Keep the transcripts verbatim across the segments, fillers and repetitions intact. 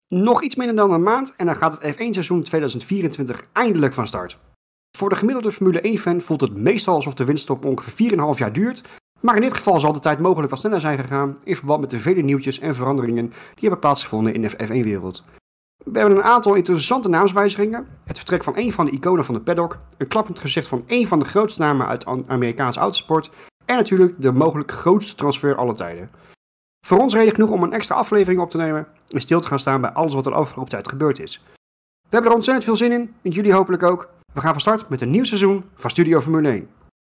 Nog iets minder dan een maand en dan gaat het F één seizoen tweeduizend vierentwintig eindelijk van start. Voor de gemiddelde Formule één fan voelt het meestal alsof de winterstop ongeveer vier komma vijf jaar duurt. Maar in dit geval zal de tijd mogelijk wat sneller zijn gegaan in verband met de vele nieuwtjes en veranderingen die hebben plaatsgevonden in de F één wereld. We hebben een aantal interessante naamswijzigingen, het vertrek van een van de iconen van de paddock, een klap in het gezicht van een van de grootste namen uit Amerikaanse autosport en natuurlijk de mogelijk grootste transfer aller tijden. Voor ons reden genoeg om een extra aflevering op te nemen en stil te gaan staan bij alles wat er de afgelopen tijd gebeurd is. We hebben er ontzettend veel zin in, en jullie hopelijk ook. We gaan van start met een nieuw seizoen van Studio Formule één.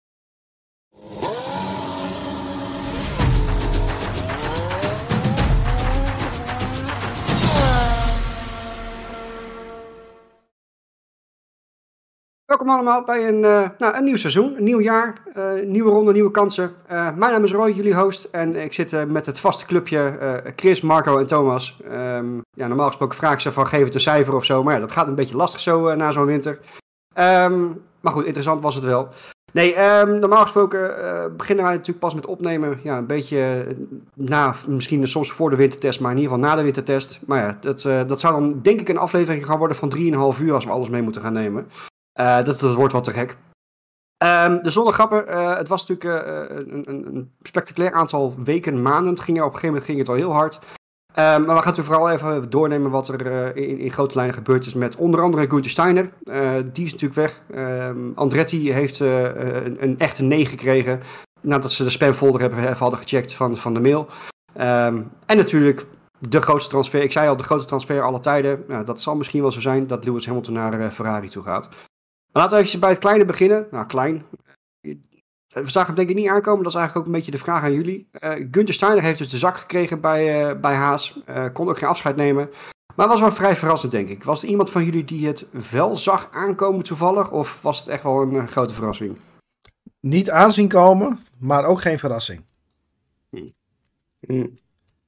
Welkom allemaal bij een, uh, nou, een nieuw seizoen, een nieuw jaar, uh, nieuwe ronde, nieuwe kansen. Uh, mijn naam is Roy, jullie host, en ik zit uh, met het vaste clubje uh, Chris, Marco en Thomas. Um, ja, normaal gesproken vraag ik ze van geef het een cijfer of zo, maar ja, dat gaat een beetje lastig zo uh, na zo'n winter. Um, maar goed, interessant was het wel. Nee, um, normaal gesproken uh, beginnen wij natuurlijk pas met opnemen, ja, een beetje uh, na, misschien soms voor de wintertest, maar in ieder geval na de wintertest. Maar ja, dat, uh, dat zou dan denk ik een aflevering gaan worden van drieënhalf uur als we alles mee moeten gaan nemen. Uh, dat, dat wordt wat te gek. Um, de zonder grappen, uh, het was natuurlijk uh, een, een, een spectaculair aantal weken, maanden. Het ging, op een gegeven moment ging het al heel hard. Um, maar we gaan natuurlijk vooral even doornemen wat er uh, in, in grote lijnen gebeurd is met onder andere Günther Steiner. Uh, die is natuurlijk weg. Um, Andretti heeft uh, een, een echte nee gekregen nadat ze de spamfolder hebben, even hadden gecheckt van, van de mail. Um, en natuurlijk de grootste transfer. Ik zei al, de grootste transfer aller tijden. Nou, dat zal misschien wel zo zijn dat Lewis Hamilton naar uh, Ferrari toe gaat. Maar laten we even bij het kleine beginnen. Nou, klein. We zagen hem denk ik niet aankomen. Dat is eigenlijk ook een beetje de vraag aan jullie. Uh, Günther Steiner heeft dus de zak gekregen bij, uh, bij Haas. Uh, kon ook geen afscheid nemen. Maar was wel vrij verrassend, denk ik. Was er iemand van jullie die het wel zag aankomen toevallig? Of was het echt wel een uh, grote verrassing? Niet aanzien komen, maar ook geen verrassing. Hmm. Hmm.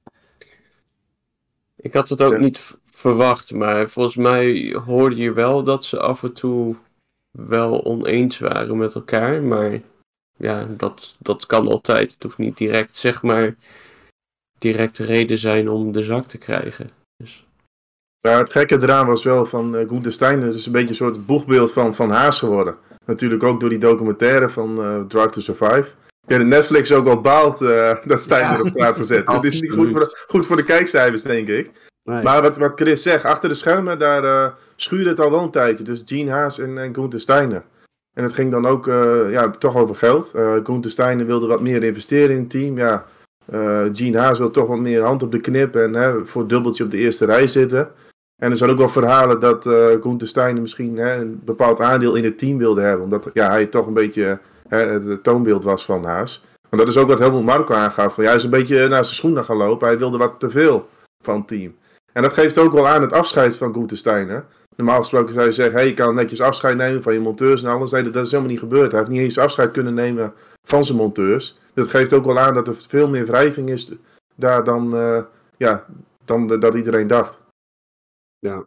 Ik had het ook ja. niet v- verwacht. Maar volgens mij hoorde je wel dat ze af en toe wel oneens waren met elkaar, maar ja, dat, dat kan altijd. Het hoeft niet direct, zeg maar, direct de reden zijn om de zak te krijgen. Dus. Ja, het gekke eraan was wel van uh, Günther Steiner, het is een beetje een soort boegbeeld van, van Haas geworden. Natuurlijk ook door die documentaire van uh, Drive to Survive. Ja, de Netflix ook al baalt uh, dat Steiner ja. op straat gezet. Het is niet goed voor, de, goed voor de kijkcijfers, denk ik. Nee. Maar wat, wat Chris zegt, achter de schermen, daar uh, schuurde het al wel een tijdje. Dus Gene Haas en, en Günther Steiner. En het ging dan ook uh, ja, toch over geld. Uh, Günther Steiner wilde wat meer investeren in het team. Ja, uh, Gene Haas wil toch wat meer hand op de knip en hè, voor het dubbeltje op de eerste rij zitten. En er zijn ook wel verhalen dat uh, Günther Steiner misschien hè, een bepaald aandeel in het team wilde hebben. Omdat ja, hij toch een beetje hè, het toonbeeld was van Haas. Want dat is ook wat Helmut Marko aangaf. Van, ja, hij is een beetje naar zijn schoenen gaan lopen. Hij wilde wat te veel van het team. En dat geeft ook wel aan het afscheid van Günther Steiner. Normaal gesproken zou je zeggen, hey, je kan netjes afscheid nemen van je monteurs en alles. Nee, dat is helemaal niet gebeurd. Hij heeft niet eens afscheid kunnen nemen van zijn monteurs. Dat geeft ook wel aan dat er veel meer wrijving is daar dan, uh, ja, dan uh, dat iedereen dacht. Ja.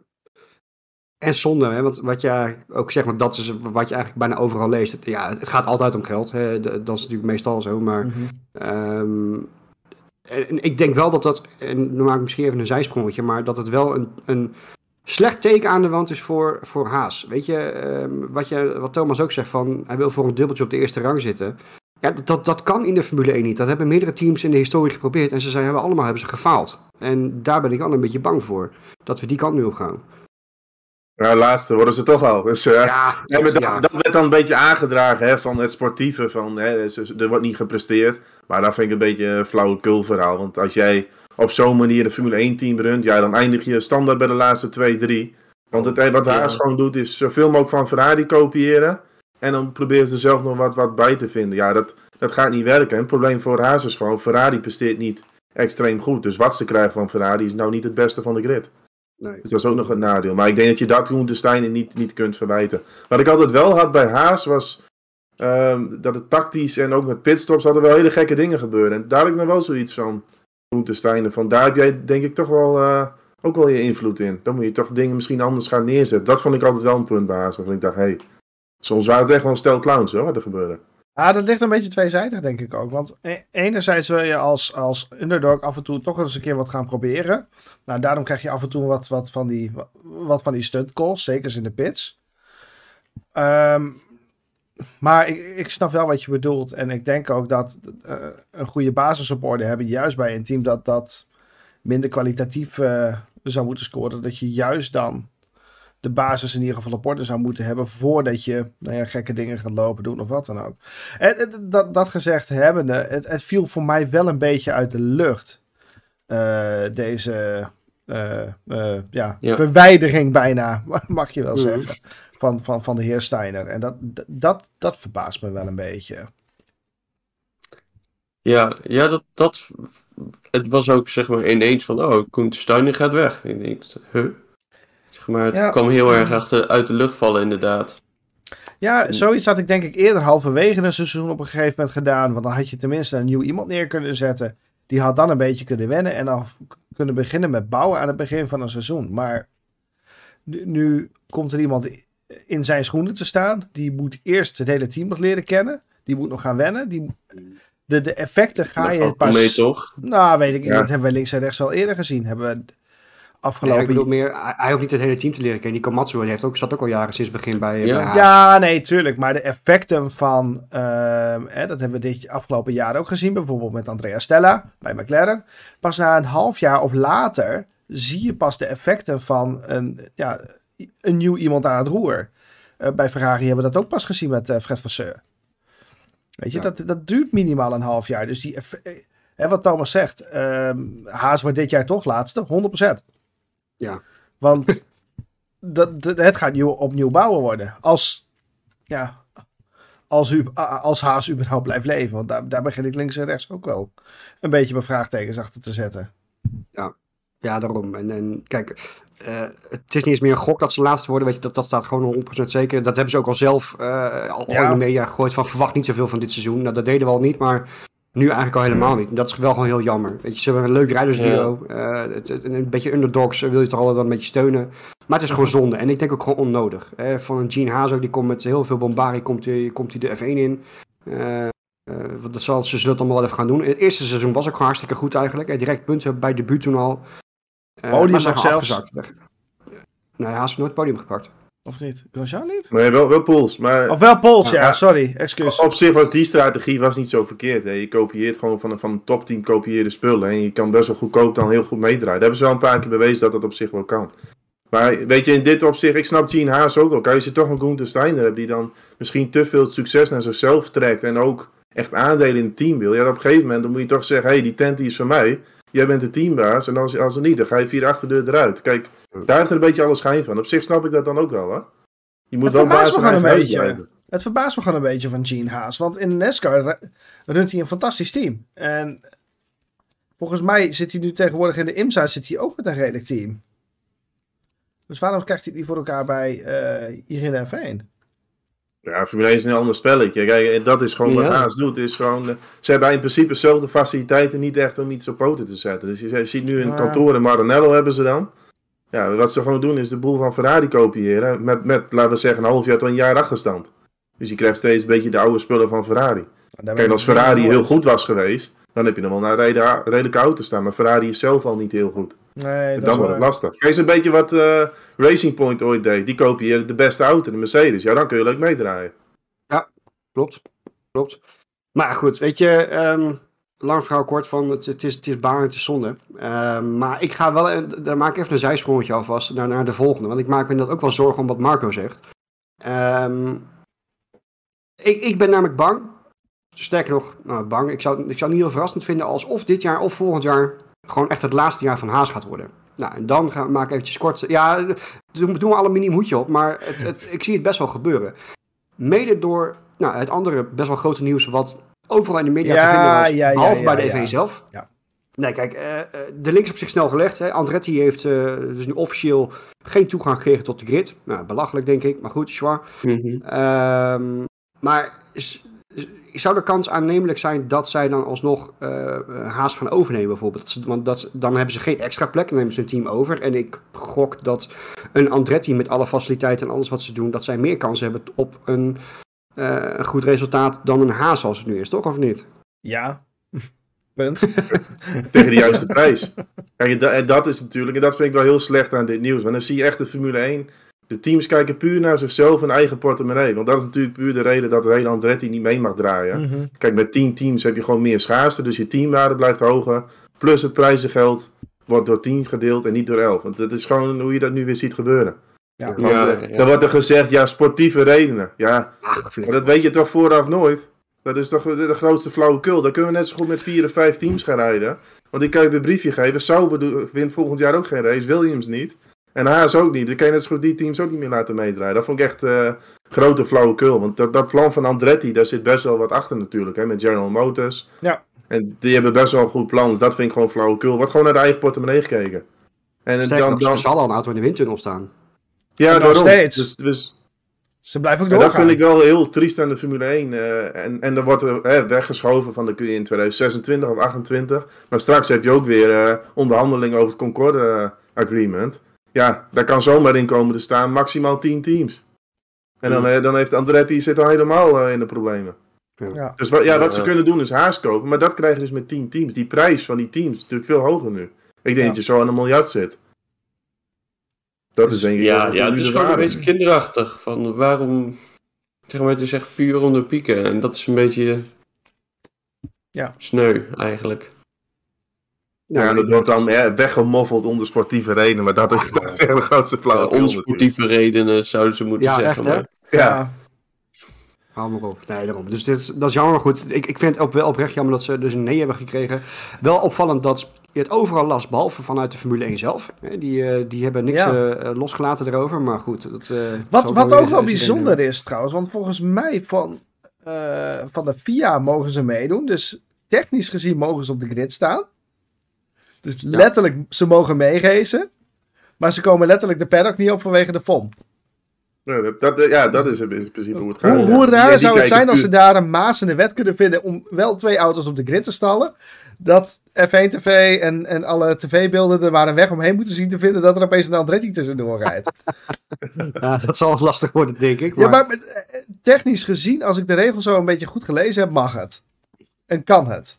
En zonde, hè? Want wat je ook zegt, maar dat is wat je eigenlijk bijna overal leest. Het, ja, het gaat altijd om geld. Hè? Dat is natuurlijk meestal zo, maar... Mm-hmm. Um, En ik denk wel dat dat, en dan maak ik misschien even een zijsprongetje, maar dat het wel een, een slecht teken aan de wand is voor, voor Haas. Weet je, um, wat je, wat Thomas ook zegt, van hij wil voor een dubbeltje op de eerste rang zitten. Ja, dat, dat, dat kan in de Formule één niet. Dat hebben meerdere teams in de historie geprobeerd en ze zijn, hebben allemaal hebben ze gefaald. En daar ben ik al een beetje bang voor, dat we die kant nu op gaan. Ja, laatste worden ze toch al. Dus, uh, ja, dat, dat, ja. dat werd dan een beetje aangedragen hè, van het sportieve, van hè, er wordt niet gepresteerd. Maar dat vind ik een beetje een flauwekul verhaal. Want als jij op zo'n manier een Formule één team runt, ja, dan eindig je standaard bij de laatste twee, drie. Want het, wat Haas ja. gewoon doet, is zoveel mogelijk van Ferrari kopiëren. En dan proberen ze er zelf nog wat, wat bij te vinden. Ja, dat, dat gaat niet werken. Het probleem voor Haas is gewoon, Ferrari presteert niet extreem goed. Dus wat ze krijgen van Ferrari is nou niet het beste van de grid. Nee. Dus dat is ook nog een nadeel. Maar ik denk dat je dat Günther Steiner niet, niet kunt verwijten. Wat ik altijd wel had bij Haas was um, dat het tactisch en ook met pitstops hadden wel hele gekke dingen gebeuren. En daar had ik nog wel zoiets van Günther Steiner. Van daar heb jij denk ik toch wel uh, ook wel je invloed in. Dan moet je toch dingen misschien anders gaan neerzetten. Dat vond ik altijd wel een punt bij Haas. Waarvan ik dacht, hé, hey, soms waren het echt wel een stel clowns hoor, wat er gebeurde. Ah, dat ligt een beetje tweezijdig, denk ik ook. Want e- enerzijds wil je als, als underdog af en toe toch eens een keer wat gaan proberen. Nou, daarom krijg je af en toe wat, wat van die, wat van die stunt calls, zeker in de pits. Ehm, maar ik, ik snap wel wat je bedoelt. En ik denk ook dat uh, een goede basis op orde hebben, juist bij een team dat, dat minder kwalitatief uh, zou moeten scoren, dat je juist dan de basis in ieder geval op orde zou moeten hebben voordat je nou ja, gekke dingen gaat lopen doen of wat dan ook. En, en, dat, dat gezegd hebbende, het, het viel voor mij wel een beetje uit de lucht. Uh, deze uh, uh, ja, Ja. verwijdering bijna, mag je wel Mhm. zeggen, van, van, van de heer Steiner. En dat, dat, dat verbaast me wel een beetje. Ja, ja dat, dat... Het was ook zeg maar ineens van... Oh, Koen Steiner gaat weg. Ik denk, huh? Zeg maar, het Ja. kwam heel erg achter, uit de lucht vallen inderdaad. Ja, zoiets had ik denk ik eerder halverwege een seizoen op een gegeven moment gedaan. Want dan had je tenminste een nieuw iemand neer kunnen zetten. Die had dan een beetje kunnen wennen en dan kunnen beginnen met bouwen aan het begin van een seizoen. Maar nu, nu komt er iemand in zijn schoenen te staan. Die moet eerst het hele team nog leren kennen. Die moet nog gaan wennen. Die, de, de effecten ga Dat je valt wel pas... mee, toch? Nou, weet ik niet. Ja. Dat hebben we links en rechts wel eerder gezien. Hebben we Nee, afgelopen... ik bedoel meer, hij, hij hoeft niet het hele team te leren kennen. Die Komatsu die heeft ook, zat ook al jaren sinds het begin bij, Ja. bij Haas. Ja, nee, tuurlijk. Maar de effecten van... ehm, hè, dat hebben we dit afgelopen jaar ook gezien. Bijvoorbeeld met Andrea Stella bij McLaren. Pas na een half jaar of later... zie je pas de effecten van een, ja, een nieuw iemand aan het roer. Uh, bij Ferrari hebben we dat ook pas gezien met uh, Fred Vasseur. Weet je, Ja. dat, dat duurt minimaal een half jaar. Dus die eff- eh, hè, wat Thomas zegt... ehm, Haas wordt dit jaar toch laatste, honderd procent. Ja. Want dat, dat, het gaat nieuw, opnieuw bouwen worden. Als, ja, als, u, als Haas überhaupt blijft leven. Want daar, daar begin ik links en rechts ook wel een beetje mijn vraagtekens achter te zetten. Ja, daarom. En, en kijk, uh, het is niet eens meer een gok dat ze laatste worden. Weet je, dat, dat staat gewoon honderd procent zeker. Dat hebben ze ook al zelf uh, al, Ja. al in de media gegooid van verwacht niet zoveel van dit seizoen. Nou, dat deden we al niet, maar nu eigenlijk al helemaal niet. En dat is wel gewoon heel jammer. Weet je, ze hebben een leuk rijdersduo. Ja. Uh, het, het, een beetje underdogs wil je toch altijd wel een beetje steunen. Maar het is gewoon zonde. En ik denk ook gewoon onnodig. Uh, van een Gene Haas ook, die komt met heel veel bombardie, komt hij komt de F één in. Uh, Uh, dat zal ze zullen het allemaal wel even gaan doen. In het eerste seizoen was ook gewoon hartstikke goed eigenlijk. Uh, direct punten bij debuut toen al. Uh, Podium maar ze zijn nog gewoon zelfs. afgezakt. Nee, Haas heeft nooit het podium gepakt. Of niet? Grosjean niet? Nee, wel, wel Pools. Maar Of wel Pols, ja. Ja. Sorry, excuus. op zich was die strategie was niet zo verkeerd. Hè. Je kopieert gewoon van een, van een topteam kopieerde spullen. En je kan best wel goedkoop dan heel goed meedraaien. Daar hebben ze wel een paar keer bewezen dat dat op zich wel kan. Maar weet je, in dit opzicht, ik snap Gene Haas ook wel. Kijk, als je toch een Gunther Steiner hebt die dan misschien te veel succes naar zichzelf trekt. En ook echt aandelen in het team wil. Ja, op een gegeven moment dan moet je toch zeggen, hé, hey, die tent die is van mij. Jij bent de teambaas. En als, als er niet, dan ga je via de achterdeur eruit. Kijk, daar heeft er een beetje alle schijn van. Op zich snap ik dat dan ook wel, hè. Je moet Het wel verbaast baas me van gewoon een eigen beetje. huis blijven. Het verbaast me gewoon een beetje van Gene Haas. Want in NASCAR runt hij een fantastisch team. En volgens mij zit hij nu tegenwoordig in de IMSA zit hij ook met een redelijk team. Dus waarom krijgt hij het niet voor elkaar bij uh, hier in de F één? Ja, Formule één is een ander spelletje. Kijk, dat is gewoon wat Ja. Haas doet. Is gewoon, uh, ze hebben in principe dezelfde faciliteiten niet echt om iets op poten te zetten. Dus je, je ziet nu een Ja. kantoor in Maranello hebben ze dan. Ja, wat ze gewoon doen is de boel van Ferrari kopiëren. Met, met laten we zeggen, een half jaar tot een jaar achterstand. Dus je krijgt steeds een beetje de oude spullen van Ferrari. Kijk, als Ferrari heel goed was geweest, dan heb je nog wel naar reden- redelijke auto staan. Maar Ferrari is zelf al niet heel goed. Nee, dat Dan is wordt het waar. lastig. Kijk eens een beetje wat uh, Racing Point ooit deed. Die kopieerden de beste auto, de Mercedes. Ja, dan kun je leuk meedraaien. Klopt. Klopt. Maar goed, weet je, um, lang verhaal kort van, het, het, is, het is baan, het is zonde. Um, maar ik ga wel, uh, daar maak ik even een zijsprongetje alvast naar, naar de volgende. Want ik maak me inderdaad ook wel zorgen om wat Marco zegt. Um, ik, ik ben namelijk bang. Sterker nog, nou, bang. Ik zou, ik zou het niet heel verrassend vinden alsof dit jaar of volgend jaar gewoon echt het laatste jaar van Haas gaat worden. Nou, en dan gaan we maken eventjes kort. Ja, doen, doen we alle miniem hoedje op, maar het, het, ik zie het best wel gebeuren. Mede door nou, het andere best wel grote nieuws wat overal in de media Ja, te vinden was, ja, ja, behalve ja, bij de ja. F één zelf. Ja. Nee, kijk, uh, de link is op zich snel gelegd. Hè. Andretti heeft uh, dus nu officieel geen toegang gekregen tot de grid. Nou, belachelijk denk ik, maar goed, zwaar. Mhm. Um, maar is, zou de kans aannemelijk zijn dat zij dan alsnog uh, Haas gaan overnemen bijvoorbeeld? Dat ze, want dat, dan hebben ze geen extra plek, dan nemen ze hun team over. En ik gok dat een Andretti met alle faciliteiten en alles wat ze doen, dat zij meer kans hebben op een uh, een goed resultaat dan een Haas zoals het nu is, toch? Of niet? Ja, punt. Tegen de juiste prijs. Kijk, en dat is natuurlijk, en dat vind ik wel heel slecht aan dit nieuws. Want dan zie je echt de Formule één. De teams kijken puur naar zichzelf en eigen portemonnee. Want dat is natuurlijk puur de reden dat de hele Andretti niet mee mag draaien. Mm-hmm. Kijk, met tien teams heb je gewoon meer schaarste. Dus je teamwaarde blijft hoger. Plus het prijzengeld wordt door tien gedeeld en niet door elf. Want dat is gewoon hoe je dat nu weer ziet gebeuren. Ja. Want, Ja, eh, ja. Dan wordt er gezegd, ja, sportieve redenen. Ja, Ah, maar dat weet je toch vooraf nooit? Dat is toch de, de grootste flauwekul. Dan kunnen we net zo goed met vier of vijf teams gaan rijden. Want ik kan je een briefje geven. Sauber wint volgend jaar ook geen race. Williams niet. En Haas ook niet. Dan kan je net zo goed die teams ook niet meer laten meedraaien. Dat vond ik echt uh, grote flauwekul. Want dat, dat plan van Andretti, daar zit best wel wat achter natuurlijk. Hè, met General Motors. Ja. En die hebben best wel een goed plan. Dus dat vind ik gewoon flauwekul. Wordt gewoon naar de eigen portemonnee gekeken. En Sterker dan, nog, dan, ze hadden al een auto in de windtunnel staan. ja, nog daarom. steeds. Dus, dus Ze blijven ook en doorgaan. dat vind ik wel heel triest aan de Formule één. Uh, en, en dan wordt er hè, weggeschoven van dan kun je in tweeduizend zesentwintig of achtentwintig. Maar straks heb je ook weer uh, onderhandelingen over het Concorde uh, Agreement. Ja, daar kan zomaar in komen te staan maximaal tien teams. En dan, uh, dan heeft Andretti zit al helemaal uh, in de problemen. Ja. Dus wat, ja, wat ze Ja. kunnen doen is Haas kopen. Maar dat krijg je dus met tien teams. Die prijs van die teams is natuurlijk veel hoger nu. Ik denk Ja. dat je zo aan een miljard zit. Dat is denk ik Ja, wel ja, het de is gewoon een waarde. beetje kinderachtig. Van waarom, zeg maar, het is echt puur om de pieken. En dat is een beetje Ja. sneu eigenlijk. Ja, Nou, dat wordt dan ja, weggemoffeld onder sportieve redenen, maar dat is, dat is echt de grootste Uh, flauwekul. onsportieve redenen zouden ze moeten Ja, zeggen. echt, hè? maar Ja, Hou maar op. Nee, daarom. Dus dit is, dat is jammer, maar goed. Ik, ik vind het ook wel oprecht jammer dat ze dus een nee hebben gekregen. Wel opvallend dat je het overal las, behalve vanuit de Formule één zelf. Hè, Die, uh, die hebben niks Ja. uh, losgelaten erover, maar goed. Dat, uh, Wat, zal wat weer ook wel eens- eens bijzonder denken. is trouwens, want volgens mij van, uh, van de F I A mogen ze meedoen. Dus technisch gezien mogen ze op de grid staan. Dus letterlijk, ze mogen meeracen. Maar ze komen letterlijk de paddock niet op vanwege de F O M. ja, dat, dat, ja, dat is in principe hoe het gaat. Hoe, ja. hoe Die- raar die zou het kijken zijn als puur- ze daar een maas in de wet kunnen vinden om wel twee auto's op de grid te stallen? Dat F één T V en, en alle tv-beelden er maar een weg omheen moeten zien te vinden dat er opeens een Andretti tussendoor rijdt. Ja, dat zal lastig worden, denk ik. Ja, Maar, maar eh, technisch gezien, als ik de regels zo een beetje goed gelezen heb, mag het. En kan het.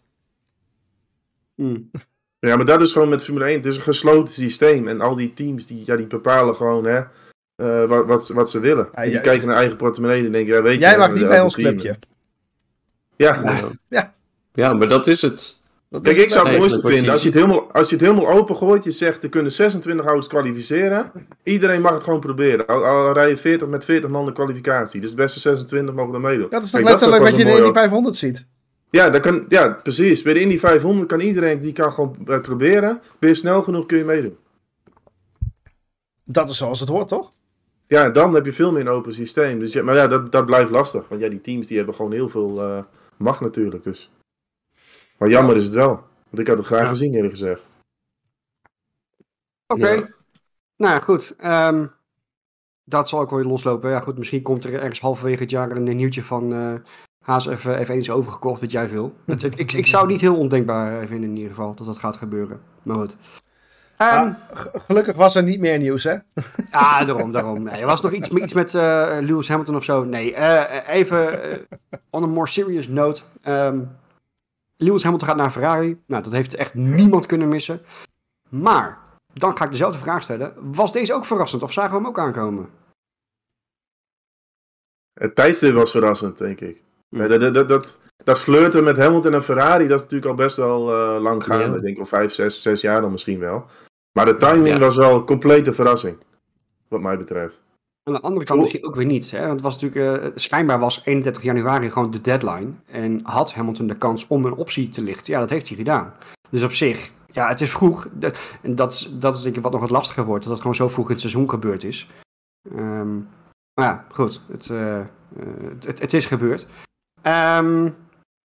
Hmm. Ja, maar dat is gewoon met Formule één. Het is een gesloten systeem. En al die teams, die, ja, die bepalen gewoon hè, uh, wat, wat, wat ze willen. Ja, en die ja. kijken naar eigen portemonnee en denken, ja, weet je... Jij mag uh, niet de bij elke ons team. clubje. Ja, ja. Ja. ja, maar dat is het. Dat kijk, is ik zou het Nee, mooiste dat wordt vinden als je het, helemaal, als je het helemaal open gooit. Je zegt, er kunnen zesentwintig auto's kwalificeren. Iedereen mag het gewoon proberen. Al, al rij je veertig met veertig man de kwalificatie. Dus de beste zesentwintig mogen er meedoen. Dat is toch Kijk, dat letterlijk pas wat je in een de mooi- Indy vijfhonderd ziet. Ja, dat kan, ja, precies. Bij de Indy vijfhonderd kan iedereen, die kan gewoon het proberen. Ben je snel genoeg, kun je meedoen. Dat is zoals het hoort, toch? Ja, dan heb je veel meer een open systeem. Dus ja, maar ja, dat, dat blijft lastig. Want ja, die teams die hebben gewoon heel veel uh, macht natuurlijk. Dus. Maar jammer is het wel. Want ik had het graag Ja. gezien eerlijk gezegd. Oké. Ja. Nou ja, goed. Um, dat zal ook wel weer loslopen. Ja, goed. Misschien komt er ergens halverwege het jaar een, een nieuwtje van uh, Haas F één is overgekocht, weet jij veel. Het, het, ik, ik zou het niet heel ondenkbaar vinden in ieder geval dat dat gaat gebeuren. Maar goed. Um, Ah, g- gelukkig was er niet meer nieuws, hè? Ah, daarom, daarom. Nee, er was nog iets, iets met uh, Lewis Hamilton of zo. Nee, uh, even uh, on a more serious note. Um, Lewis Hamilton gaat naar Ferrari. Nou, dat heeft echt niemand kunnen missen. Maar, dan ga ik dezelfde vraag stellen. Was deze ook verrassend of zagen we hem ook aankomen? Het tijdstip was verrassend, denk ik. Hmm. Ja, dat, dat, dat, dat, dat flirten met Hamilton en Ferrari, dat is natuurlijk al best wel uh, lang gaande. Ja. Ik denk al vijf, zes, zes jaar dan misschien wel. Maar de timing Ja. was wel een complete verrassing. Wat mij betreft. Aan de andere kant misschien ook weer niet. Hè? Want het was natuurlijk, uh, schijnbaar was eenendertig januari gewoon de deadline. En had Hamilton de kans om een optie te lichten. Ja, dat heeft hij gedaan. Dus op zich, ja, het is vroeg. Dat, en dat, is- dat is denk ik wat nog wat lastiger wordt. Dat het gewoon zo vroeg in het seizoen gebeurd is. Um, maar ja, goed. Het, uh, uh, het, het, het is gebeurd. Um,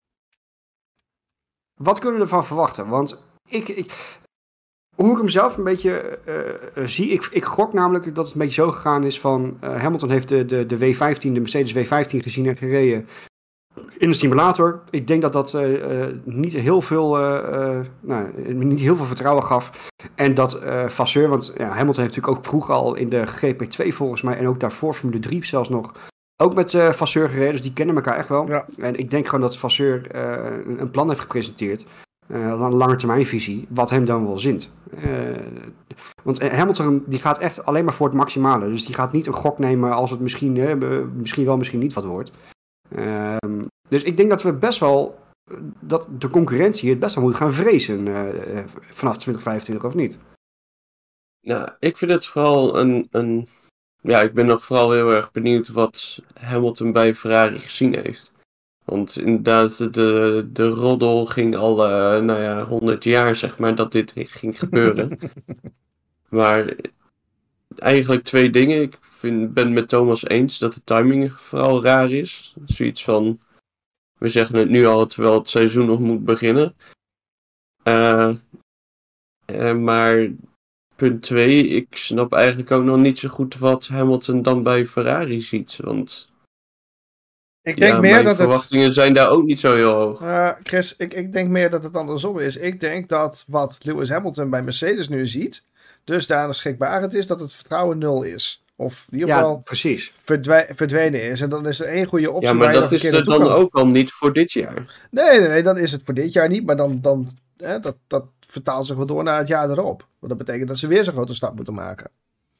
wat kunnen we ervan verwachten? Want ik... ik Hoe ik hem zelf een beetje uh, uh, zie, ik, ik gok namelijk dat het een beetje zo gegaan is van... Uh, Hamilton heeft de, de, de W vijftien, de Mercedes W vijftien gezien en gereden in de simulator. Ik denk dat dat uh, uh, niet, heel veel, uh, uh, nou, niet heel veel vertrouwen gaf. En dat uh, Vasseur, want ja, Hamilton heeft natuurlijk ook vroeger al in de G P twee volgens mij... en ook daarvoor Formule drie zelfs nog ook met uh, Vasseur gereden, dus die kennen elkaar echt wel. Ja. En ik denk gewoon dat Vasseur uh, een, een plan heeft gepresenteerd. Uh, een langetermijnvisie, wat hem dan wel zint. Uh, want Hamilton die gaat echt alleen maar voor het maximale. Dus die gaat niet een gok nemen als het misschien, uh, misschien wel, misschien niet wat wordt. Uh, dus ik denk dat we best wel, dat de concurrentie het best wel moet gaan vrezen uh, vanaf twintig vijfentwintig of niet. Nou, ik vind het vooral een, een... Ja, ik ben nog vooral heel erg benieuwd wat Hamilton bij Ferrari gezien heeft. Want inderdaad, de, de roddel ging al, uh, nou ja, honderd jaar, zeg maar, dat dit ging gebeuren. Maar eigenlijk twee dingen. Ik vind, ben het met Thomas eens dat de timing vooral raar is. Zoiets van, we zeggen het nu al, terwijl het seizoen nog moet beginnen. Uh, uh, maar punt twee, ik snap eigenlijk ook nog niet zo goed wat Hamilton dan bij Ferrari ziet. Want ik denk ja, meer mijn dat verwachtingen het... zijn daar ook niet zo heel hoog. Uh, Chris, ik, ik denk meer dat het andersom is. Ik denk dat wat Lewis Hamilton bij Mercedes nu ziet, dusdanig schrikbarend is dat het vertrouwen nul is. Of in ieder geval ja, precies. Verdwij- verdwenen is. En dan is er één goede optie. Ja, maar waar je dat nog een is keer er dan kan. ook al niet voor dit jaar. Nee, nee, nee, dan is het voor dit jaar niet. Maar dan, dan hè, dat, dat vertaalt zich wel door naar het jaar erop. Want dat betekent dat ze weer zo'n grote stap moeten maken.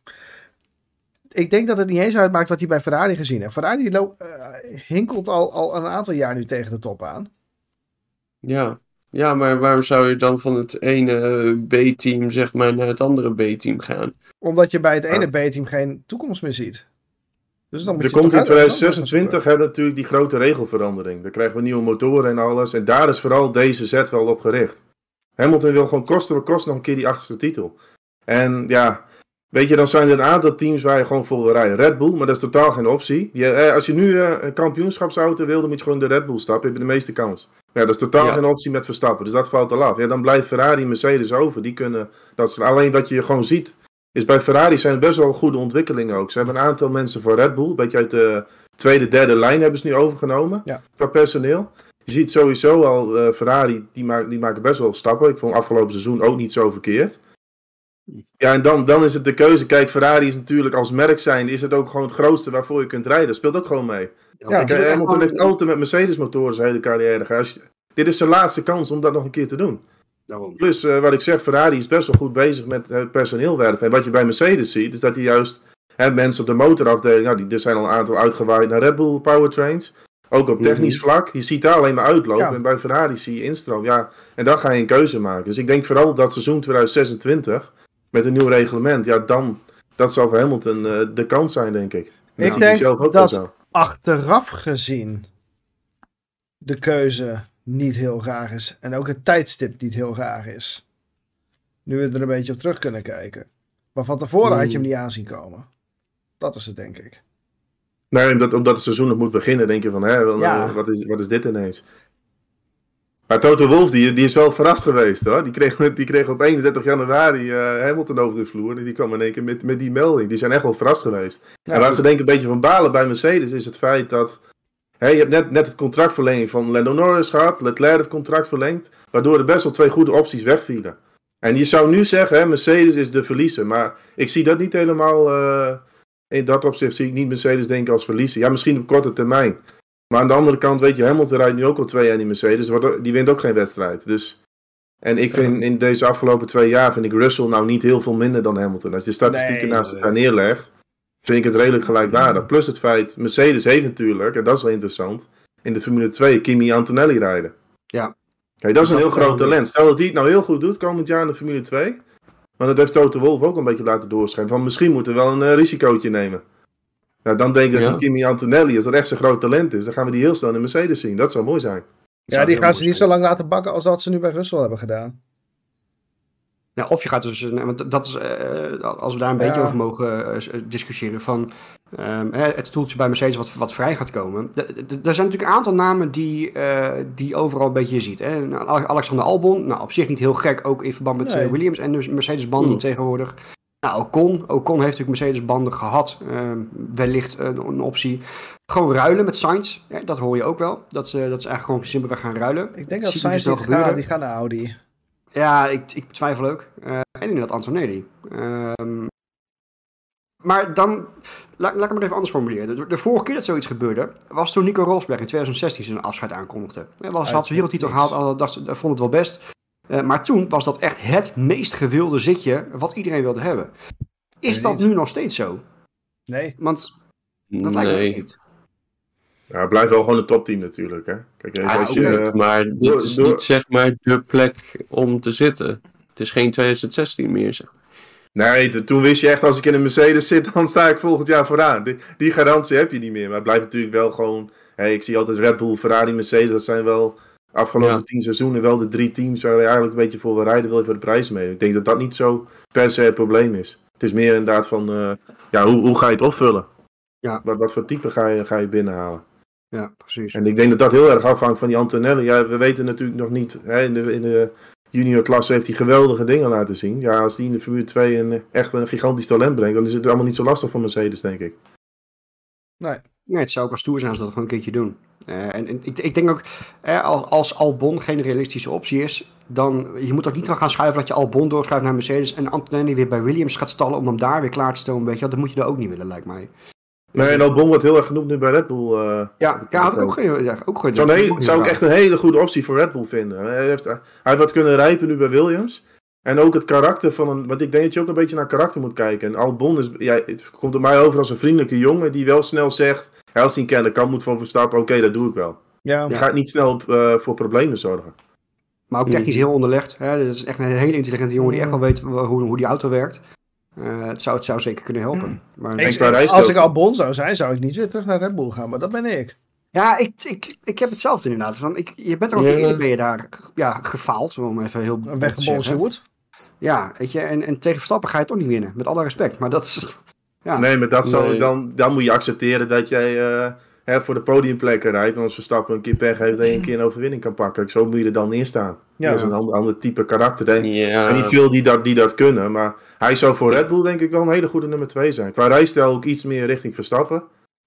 Ik denk dat het niet eens uitmaakt wat hij bij Ferrari gezien heeft. Ferrari lo- uh, hinkelt al, al een aantal jaar nu tegen de top aan. Ja. ja, maar waarom zou je dan van het ene B-team zeg maar naar het andere B-team gaan? Omdat je bij het ene ja. B-team geen toekomst meer ziet. Dus dan moet er je komt in uit, twintig zesentwintig hebben we natuurlijk die grote regelverandering. Dan krijgen we nieuwe motoren en alles. En daar is vooral deze zet wel op gericht. Hamilton wil gewoon kosten wat kost nog een keer die achterste titel. En ja, weet je, dan zijn er een aantal teams waar je gewoon voor wil rijden. Red Bull, maar dat is totaal geen optie. Die, eh, als je nu eh, een kampioenschapsauto wil, dan moet je gewoon de Red Bull stappen. Je hebt de meeste kans. Ja, dat is totaal ja. geen optie met Verstappen. Dus dat valt al af. Ja, dan blijft Ferrari en Mercedes over. Die kunnen, dat is alleen wat je gewoon ziet. Is bij Ferrari zijn er best wel goede ontwikkelingen ook. Ze hebben een aantal mensen voor Red Bull. Een beetje uit de tweede, derde lijn hebben ze nu overgenomen. Ja. Qua personeel. Je ziet sowieso al, uh, Ferrari, die, maak, die maken best wel stappen. Ik vond afgelopen seizoen ook niet zo verkeerd. Ja, en dan, dan is het de keuze. Kijk, Ferrari is natuurlijk als merk zijnde, is het ook gewoon het grootste waarvoor je kunt rijden. Dat speelt ook gewoon mee. Ja, Kijk, Hamilton heeft altijd met Mercedes motoren zijn hele carrière gehad. Dit is zijn laatste kans om dat nog een keer te doen. Daarom. Plus, uh, wat ik zeg, Ferrari is best wel goed bezig met uh, personeel werven. En wat je bij Mercedes ziet, is dat hij juist hè, mensen op de motorafdeling, nou, die, er zijn al een aantal uitgewaaid naar Red Bull powertrains. Ook op technisch mm-hmm. vlak. Je ziet daar alleen maar uitlopen. Ja. En bij Ferrari zie je instroom. Ja, en dan ga je een keuze maken. Dus ik denk vooral dat seizoen twintig zesentwintig, met een nieuw reglement, ja, dan, dat zal voor Hamilton uh, de kans zijn, denk ik. En ik denk ook dat achteraf gezien de keuze niet heel raar is. En ook het tijdstip niet heel raar is. Nu we er een beetje op terug kunnen kijken. Maar van tevoren mm. had je hem niet aan zien komen. Dat is het, denk ik. Nee, omdat, omdat het seizoen nog moet beginnen, denk je van, hè, wel, ja. wat, is, wat is dit ineens? Maar Toto Wolff, die, die is wel verrast geweest, hoor. Die kreeg, die kreeg op eenendertig januari uh, Hamilton over de vloer. En die kwam in één keer met, met die melding. Die zijn echt wel verrast geweest. Ja, en waar goed. ze denk ik een beetje van balen bij Mercedes is het feit dat... Hè, je hebt net, net het contractverlenging van Lando Norris gehad. Leclerc het contract verlengd. Waardoor er best wel twee goede opties wegvielen. En je zou nu zeggen, hè, Mercedes is de verliezer. Maar ik zie dat niet helemaal... Uh, in dat opzicht zie ik niet Mercedes denken als verliezer. Ja, misschien op korte termijn. Maar aan de andere kant, weet je, Hamilton rijdt nu ook al twee jaar in die Mercedes. Die wint ook geen wedstrijd. Dus... En ik vind in deze afgelopen twee jaar, vind ik Russell nou niet heel veel minder dan Hamilton. Als je de statistieken nee, naast elkaar neerlegt, vind ik het redelijk gelijkwaardig. Plus het feit, Mercedes heeft natuurlijk, en dat is wel interessant, in de Formule twee Kimi Antonelli rijden. Ja. Kijk, dat is een heel groot talent. Stel dat hij het nou heel goed doet komend jaar in de Formule twee. Maar dat heeft Toto Wolff ook een beetje laten doorschijnen. Van misschien moeten we wel een uh, risicootje nemen. Nou, dan denk ik ja. dat Kimi Antonelli, als dat echt zo'n groot talent is, dan gaan we die heel snel in Mercedes zien. Dat zou mooi zijn. Ja, die gaan ze niet zo lang laten bakken als dat ze nu bij Russell hebben gedaan. Ja, of je gaat dus, want dat is, uh, als we daar een ja. beetje over mogen uh, discussiëren, van um, het stoeltje bij Mercedes wat, wat vrij gaat komen. Er zijn natuurlijk een aantal namen die, uh, die overal een beetje je ziet. Hè? Alexander Albon, nou op zich niet heel gek, ook in verband met nee. uh, Williams en de Mercedes-banden mm. tegenwoordig. Nou, Ocon, Ocon heeft natuurlijk Mercedes-banden gehad, uh, wellicht uh, een optie. Gewoon ruilen met Sainz, ja, dat hoor je ook wel. Dat is, uh, dat is eigenlijk gewoon simpelweg gaan ruilen. Ik denk dat Sainz niet gaat, die gaat naar Audi. Ja, ik, ik betwijfel ook. Uh, en inderdaad Antonelli. Um, maar dan, laat, laat ik het maar even anders formuleren. De, de vorige keer dat zoiets gebeurde, was toen Nico Rosberg in twintig zestien zijn afscheid aankondigde. Hij was, had zijn wereldtitel gehaald, al dacht ze, vond het wel best. Uh, maar toen was dat echt het meest gewilde zitje wat iedereen wilde hebben. Is nee, dat niet. nu nog steeds zo? Nee. Want dat lijkt me Nee. ook niet. Ja, het blijft wel gewoon een topteam natuurlijk. Hè? Kijk, als Ah, je, oké. uh, Maar dit door- is door- niet zeg maar de plek om te zitten. Het is geen twintig zestien meer. Zeg. Nee, de- toen wist je echt, als ik in een Mercedes zit, dan sta ik volgend jaar vooraan. Die, die garantie heb je niet meer. Maar het blijft natuurlijk wel gewoon... Hey, ik zie altijd Red Bull, Ferrari, Mercedes. Dat zijn wel afgelopen Ja. tien seizoenen wel de drie teams waar je eigenlijk een beetje voor wil rijden. Wil je voor de prijs mee. Ik denk dat dat niet zo per se het probleem is. Het is meer inderdaad van... Uh, ja, hoe, hoe ga je het opvullen? Ja. Wat, wat voor type ga je, ga je binnenhalen? Ja, precies. En ik denk dat dat heel erg afhangt van die Antonelli. Ja, we weten natuurlijk nog niet. Hè, in de, in de junior klasse heeft hij geweldige dingen laten zien. Ja, als die in de Formule twee een, echt een gigantisch talent brengt, dan is het allemaal niet zo lastig voor Mercedes, denk ik. Nee. Nee, het zou ook wel stoer zijn als ze dat gewoon een keertje doen. Uh, en, en ik, ik denk ook, eh, als, als Albon geen realistische optie is, dan je moet ook niet gaan schuiven dat je Albon doorschuift naar Mercedes en Antonelli weer bij Williams gaat stallen om hem daar weer klaar te stellen. Weet je, dat moet je er ook niet willen, lijkt mij. Nee, en Albon wordt heel erg genoemd nu bij Red Bull. Uh, Ja, ja had ik ook geen... Ja, ook geen zou, een hele- ook zou ik geen echt een hele goede optie voor Red Bull vinden. Hij heeft, hij heeft wat kunnen rijpen nu bij Williams. En ook het karakter van een... Want ik denk dat je ook een beetje naar karakter moet kijken. En Albon is, ja, het komt er mij over als een vriendelijke jongen die wel snel zegt... Ja, als hij een kende kant moet van Verstappen, oké, okay, dat doe ik wel. Ja. Je Ja. gaat niet snel uh, voor problemen zorgen. Maar ook technisch heel onderlegd. Hè? Dat is echt een hele intelligente jongen die echt wel weet hoe, hoe die auto werkt. Uh, het, zou, het zou zeker kunnen helpen. Maar, Ik, qua als rijstijl- ik Albon zou zijn, zou ik niet weer terug naar Red Bull gaan. Maar dat ben ik. ja, ik, ik, ik heb hetzelfde inderdaad. Van, ik, je bent er ook Ja. eerder ben je daar ja, gefaald, om even heel Een bot te weggebollen zeggen. Sjoerd. Ja, weet je, en, en tegen Verstappen ga je het ook niet winnen. Met alle respect. Maar dat is... Ja. Nee, maar dat zal, Nee. dan, dan moet je accepteren dat jij uh, hè, voor de podiumplekken rijdt. En als Verstappen een keer pech heeft, dat je een keer een overwinning kan pakken. Zo moet je er dan in staan. Ja. Dat is een ander, ander type karakter. Denk. Er Ja. zijn niet veel die dat, die dat kunnen. Maar hij zou voor Red Bull denk ik wel een hele goede nummer twee zijn. Qua rijstijl ook iets meer richting Verstappen.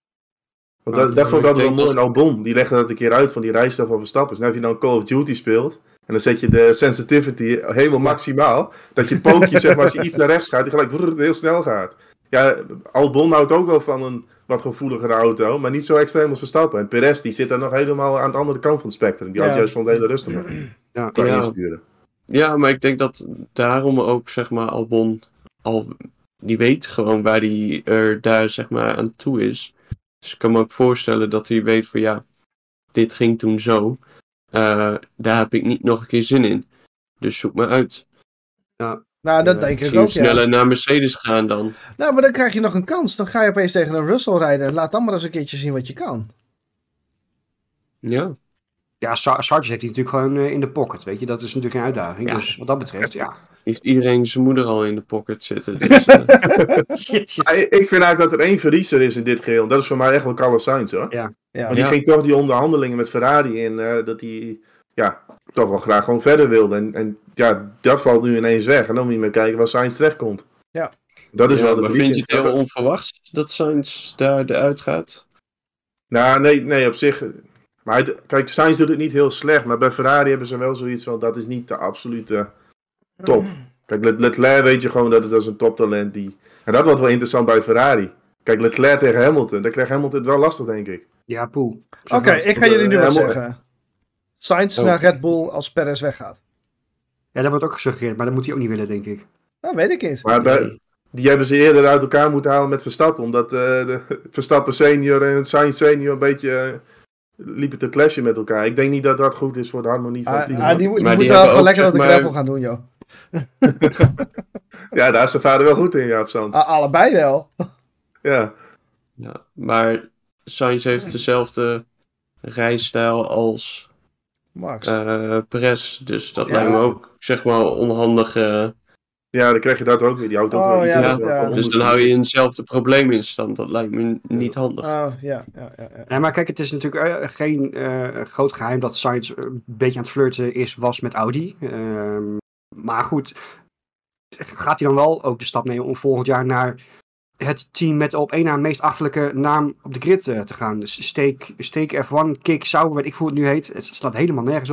Want Ja, dat, dat vond ik ik altijd wel denk mooi. En Albon, die legde dat een keer uit van die rijstijl van Verstappen. Dus nou, als je dan Call of Duty speelt. En dan zet je de sensitivity helemaal maximaal. Dat je pookje, zeg maar, als je iets naar rechts gaat, die gelijk brrr, heel snel gaat. Ja, Albon houdt ook wel van een wat gevoeligere auto, maar niet zo extreem als Verstappen. En Perez, die zit daar nog helemaal aan de andere kant van het spectrum. Die houdt Ja. juist van de hele rustige. Ja. Qua Ja. insturen. Ja, maar ik denk dat daarom ook, zeg maar, Albon al, die weet gewoon waar hij er daar, zeg maar, aan toe is. Dus ik kan me ook voorstellen dat hij weet van, ja, dit ging toen zo. Uh, daar heb ik niet nog een keer zin in. Dus zoek me uit. Nou, dat Ja, denk ik Misschien ook, sneller ja. naar Mercedes gaan dan. Nou, maar dan krijg je nog een kans. Dan ga je opeens tegen een Russell rijden. En laat dan maar eens een keertje zien wat je kan. Ja. Ja, Sar- Sargent heeft hij natuurlijk gewoon uh, in de pocket, weet je. Dat is natuurlijk een uitdaging. Ja. Dus wat dat betreft, ja. Heeft iedereen zijn moeder al in de pocket zitten. Dus, uh, Jezus. Ja, ik ik vind eigenlijk dat er één verliezer is in dit geheel. Dat is voor mij echt wel Carlos Sainz, hoor. Ja. Ja. Want die Ja. ging toch die onderhandelingen met Ferrari in. Uh, dat hij ja, toch wel graag gewoon verder wilde. En, en ja, dat valt nu ineens weg. En dan moet je maar kijken waar Sainz terechtkomt. Ja. Dat is ja, wel de maar vind je verliezer. het heel onverwachts dat Sainz daar eruit gaat? Nou, nee, nee, op zich. Maar het- kijk, Sainz doet het niet heel slecht. Maar bij Ferrari hebben ze wel zoiets van, dat is niet de absolute top. Kijk, Le- Leclerc weet je gewoon dat het als een toptalent die... En dat wordt wel interessant bij Ferrari. Kijk, Leclerc tegen Hamilton. Dan krijgt Hamilton het wel lastig, denk ik. Ja, poel. Oké, ik ga jullie nu wat Ja, mooi. zeggen. Sainz Oh. naar Red Bull als Perez weggaat. Ja, dat wordt ook gesuggereerd, maar dat moet hij ook niet willen, denk ik. Dat weet ik niet. Maar bij, die hebben ze eerder uit elkaar moeten halen met Verstappen. Omdat eh, de Verstappen senior en Sainz senior een beetje eh, liepen te clashen met elkaar. Ik denk niet dat dat goed is voor de harmonie van het Ah, team. ah, die moet- die Maar die moeten wel hebben gewoon ook, lekker op de zeg maar- gravel gaan doen, joh. Ja, daar is zijn vader wel goed in, ja, op zand. Ah, allebei wel. Ja. Ja, maar Sainz heeft dezelfde rijstijl als Max. uh, Perez. Dus dat Ja. lijkt me ook, zeg maar, onhandig. uh, ja, dan krijg je dat ook weer. Die auto ook Oh, weer iets ja, meer dat- van ja. onderzoek. Dus dan hou je eenzelfde probleem in stand. Dat lijkt me niet handig. Oh, ja, ja, ja. ja. Nee, maar kijk, het is natuurlijk uh, geen uh, groot geheim dat Sainz een beetje aan het flirten is, was met Audi. Um, maar goed, gaat hij dan wel ook de stap nemen om volgend jaar naar het team met op één na meest achterlijke naam op de grid uh, te gaan? Dus Steak, Steak F één, Kick, Sauber, weet ik hoe het nu heet. Het slaat helemaal nergens op.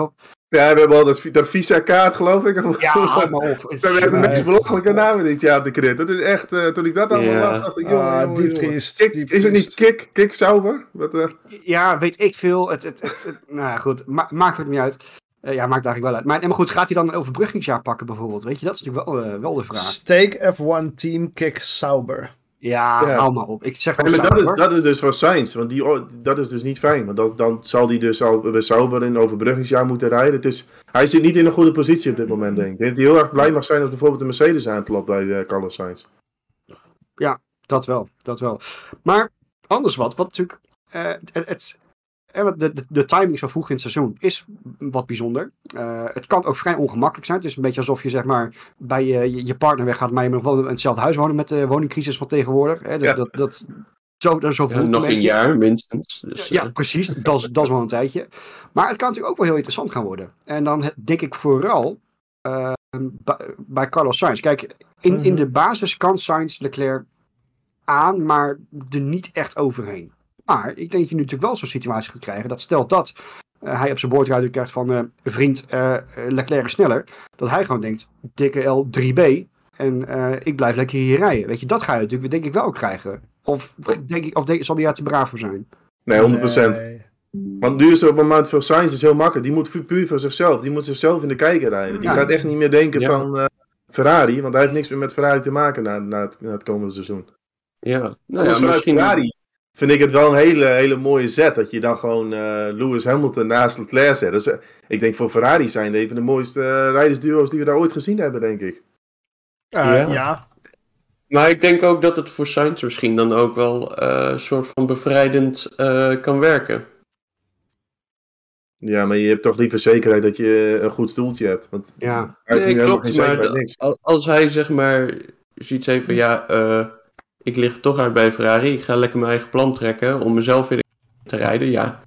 Ja, we hebben al dat, dat Visa-kaart, geloof ik. Ja, hou maar op. We hebben de meest belachelijke namen dit jaar op de crit. Dat is echt, uh, toen ik dat allemaal Ja. las, dacht ik, jongen, Ah, jongen, diep jongen. triest, Kik- diep Is het niet triest. Kik, Kik Sauber? Wat, uh, Ja, weet ik veel. Het, het, het, het- nou ja, goed, Ma- maakt het niet uit. Uh, ja, maakt eigenlijk wel uit. Maar, nee, maar goed, gaat hij dan een overbruggingsjaar pakken bijvoorbeeld? Weet je, dat is natuurlijk wel, uh, wel de vraag. Stake F één Team Kick Sauber. Ja, Ja. hou maar op. Ik zeg wel nee, maar dat, is, Sauber. dat is dus voor Sainz, want die, oh, dat is dus niet fijn. Want dat, dan zal hij dus al bij Sauber in overbruggingsjaar moeten rijden. Het is, hij zit niet in een goede positie op dit moment, denk ik. Ik denk dat hij heel erg blij mag zijn als bijvoorbeeld de Mercedes aan het loopt bij uh, Carlos Sainz. Dat wel, dat wel. Maar anders wat, wat natuurlijk... eh, het, het, eh, wat de, de, de timing zo vroeg in het seizoen is wat bijzonder. Eh, het kan ook vrij ongemakkelijk zijn. Het is een beetje alsof je zeg maar bij je, je, je partner weggaat, maar je moet gewoon in hetzelfde huis wonen met de woningcrisis van tegenwoordig. Hè? Dat, Ja. dat, dat, zo, zo voelt Ja, het nog een een beetje. jaar minstens. Dus, Ja, eh, precies. Dat is, dat is wel een tijdje. Maar het kan natuurlijk ook wel heel interessant gaan worden. En dan he- denk ik vooral eh, bij, bij Carlos Sainz. Kijk, in, in de basis kan Sainz Leclerc aan, maar er niet echt overheen. Maar ik denk dat je nu natuurlijk wel zo'n situatie gaat krijgen. Dat stelt dat uh, hij op zijn boordruiter krijgt van uh, vriend uh, Leclerc is sneller. Dat hij gewoon denkt, dikke L drie B. En uh, ik blijf lekker hier rijden. Weet je, dat ga je natuurlijk denk ik wel krijgen. Of, denk ik, of denk, zal hij daar te braaf voor zijn? Nee, honderd procent. Nee. Want nu is het op het moment voor Sainz is heel makkelijk. Die moet pu- puur voor zichzelf. Die moet zichzelf in de kijker rijden. Die Ja. gaat echt niet meer denken Ja. van uh, Ferrari. Want hij heeft niks meer met Ferrari te maken na, na, het, na het komende seizoen. ja, nou Dus ja, vanuit misschien... Ferrari vind ik het wel een hele, hele mooie zet. Dat je dan gewoon uh, Lewis Hamilton naast Leclerc zet. Dus, uh, ik denk voor Ferrari zijn een van de mooiste uh, rijdersduo's die we daar ooit gezien hebben, denk ik. Uh, Ja. ja. Maar ik denk ook dat het voor Sainz misschien dan ook wel uh, een soort van bevrijdend uh, kan werken. Ja, maar je hebt toch liever zekerheid dat je een goed stoeltje hebt. Want Ja. hij heeft Nee, nu helemaal klopt, geen maar zekerheid, de- niks. al- als hij zeg maar zoiets heeft van ja, uh, ik lig toch uit bij Ferrari, ik ga lekker mijn eigen plan trekken om mezelf weer te rijden, ja.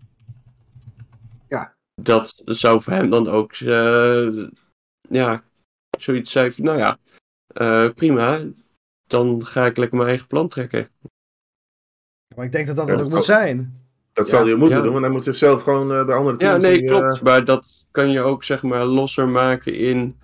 Ja. Dat zou voor hem dan ook, uh, ja, zoiets zijn van nou ja, uh, prima, dan ga ik lekker mijn eigen plan trekken. Maar ik denk dat dat Ja, het dat ook moet zal- zijn. Dat Ja, zal hij ook moeten ja. doen, want hij moet zichzelf gewoon uh, bij andere teams... Ja, nee, die, klopt, uh, maar dat kan je ook zeg maar losser maken in,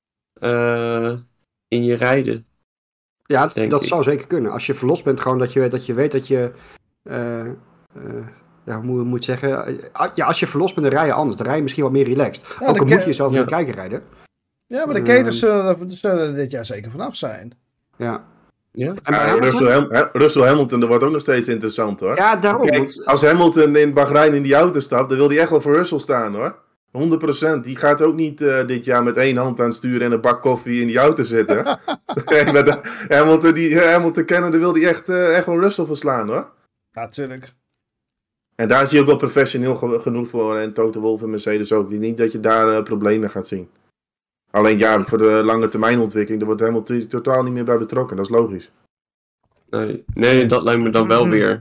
uh, in je rijden. Ja, dat, Denk dat ik. zou zeker kunnen. Als je verlost bent, gewoon dat je, dat je weet dat je... Uh, uh, ja, hoe moet je moet zeggen? Uh, ja, als je verlost bent, dan rij je anders. Dan rij je misschien wat meer relaxed. Ja, ook de al ke- moet je jezelf in Ja. de kijker rijden. Ja, maar de Ehm. ketens zullen, zullen er dit jaar zeker vanaf zijn. Ja. Ja? En bij ja, Hamilton? Russell, Ham- Ha- Russell Hamilton, dat wordt ook nog steeds interessant, hoor. Ja, daarom. Kijk, want- als Hamilton in Bahrein in die auto stapt, dan wil hij echt wel voor Russell staan, hoor. honderd procent. Die gaat ook niet uh, dit jaar met één hand aan het sturen en een bak koffie in die auto zitten. Nee, met de, Hamilton, die, Hamilton kennen, daar wil hij echt, uh, echt wel Russell verslaan, hoor. Natuurlijk. En daar is hij ook wel professioneel ge- genoeg voor. En Toto Wolff en Mercedes ook. Die niet dat je daar uh, problemen gaat zien. Alleen ja, voor de lange termijn ontwikkeling, daar wordt Hamilton totaal niet meer bij betrokken. Dat is logisch. Nee, nee, dat lijkt me dan wel weer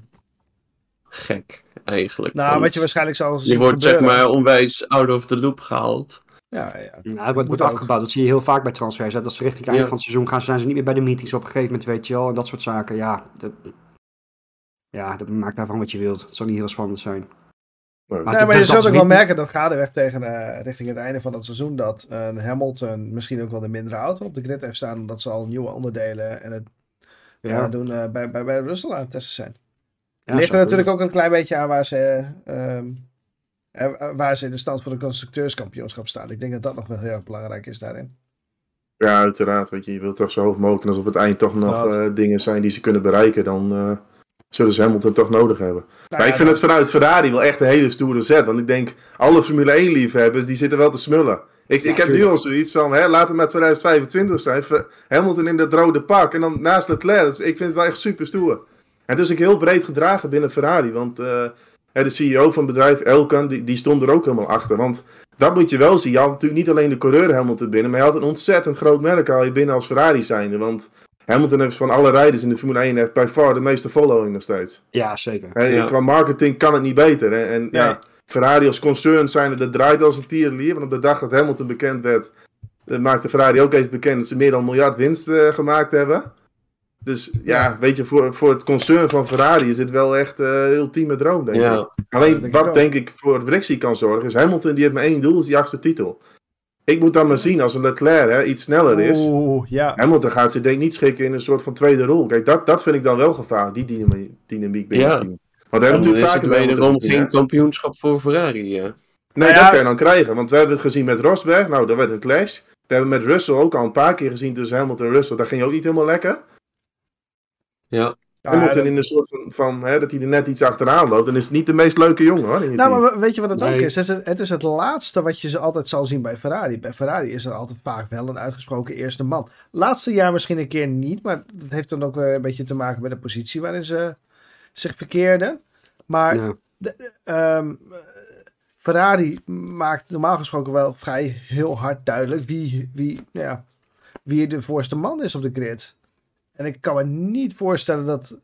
gek, eigenlijk. Nou, want wat je waarschijnlijk zal zien je wordt zeg gebeuren. maar onwijs out of the loop gehaald. Ja, ja. Ja, het wordt, Moet wordt ook. afgebouwd. Dat zie je heel vaak bij transfers. Hè. Dat ze richting het einde Ja. van het seizoen gaan, zijn ze niet meer bij de meetings op een gegeven moment, weet je wel. En dat soort zaken. Ja, dat, ja, dat maakt daarvan wat je wilt. Het zal niet heel spannend zijn. Nee. Maar Nee, dat- maar je dat zult is ook wel niet- merken dat gaandeweg tegen, uh, richting het einde van het seizoen dat een Hamilton misschien ook wel de mindere auto op de grid heeft staan, omdat ze al nieuwe onderdelen en het Ja, ja. doen uh, bij, bij, bij Russell aan het testen zijn. ja, Ligt er zou natuurlijk ook een klein beetje aan waar ze, uh, uh, waar ze in de stand van de constructeurskampioenschap staan. Ik denk dat dat nog wel heel erg belangrijk is daarin. Ja, uiteraard. Weet je, je wilt toch zo hoog mogelijk. En als op het eind toch nog Dat. uh, dingen zijn die ze kunnen bereiken, dan uh, zullen ze Hamilton toch nodig hebben. Nou maar ja, ik vind dat- het vanuit Ferrari wel echt een hele stoere zet. Want ik denk, alle Formule één liefhebbers, die zitten wel te smullen. Ik, Ja, ik heb nu tuurlijk. al zoiets van, hè, laat het maar twintig vijfentwintig zijn. Ver- Hamilton in dat rode pak. En dan naast Leclerc. Dus ik vind het wel echt super stoer. En het is ook heel breed gedragen binnen Ferrari. Want uh, de C E O van het bedrijf, Elkan, die, die stond er ook helemaal achter. Want dat moet je wel zien. Je had natuurlijk niet alleen de coureur Hamilton binnen. Maar je had een ontzettend groot merk al je binnen als Ferrari zijnde. Want Hamilton heeft van alle rijders in de Formule één echt by far de meeste following nog steeds. Ja, zeker. Hè, Ja. Qua marketing kan het niet beter. Hè? En Nee. ja, Ferrari als concern zijn dat draait als een tierenlier. Want op de dag dat Hamilton bekend werd, eh, maakte Ferrari ook even bekend dat ze meer dan een miljard winst uh, gemaakt hebben. Dus ja, weet je, voor, voor het concern van Ferrari is dit wel echt uh, een ultieme droom, denk Ja. ik. Alleen denk wat ik denk ik voor Brexit kan zorgen, is Hamilton die heeft maar één doel, is die achtste titel. Ik moet dan maar zien als een Leclerc hè, iets sneller is. Oeh, ja. Hamilton gaat zich denk ik niet schikken in een soort van tweede rol. Kijk, dat, dat vind ik dan wel gevaarlijk, die dynamiek, dynamiek binnen Ja. het team. Want we hebben Dan is natuurlijk het vaak wederom geen kampioenschap voor Ferrari. Ja. Nee, Nou ja, dat kan je dan krijgen. Want we hebben het gezien met Rosberg. Nou, dat werd een clash. We hebben met Russell ook al een paar keer gezien tussen Hamilton en Russell. Dat ging ook niet helemaal lekker. Ja. Ja, Hamilton dat- in een soort van, van hè, dat hij er net iets achteraan loopt. Dan is het niet de meest leuke jongen hoor. In je Nou, team. maar weet je wat het ook Nee. is? Het is het, het is het laatste wat je ze altijd zal zien bij Ferrari. Bij Ferrari is er altijd vaak wel een uitgesproken eerste man. Laatste jaar misschien een keer niet, maar dat heeft dan ook weer een beetje te maken met de positie waarin ze zich verkeerden. Maar Ja. de, ehm, Ferrari maakt normaal gesproken wel vrij heel hard duidelijk wie, wie, nou ja, wie de voorste man is op de grid. En ik kan me niet voorstellen dat...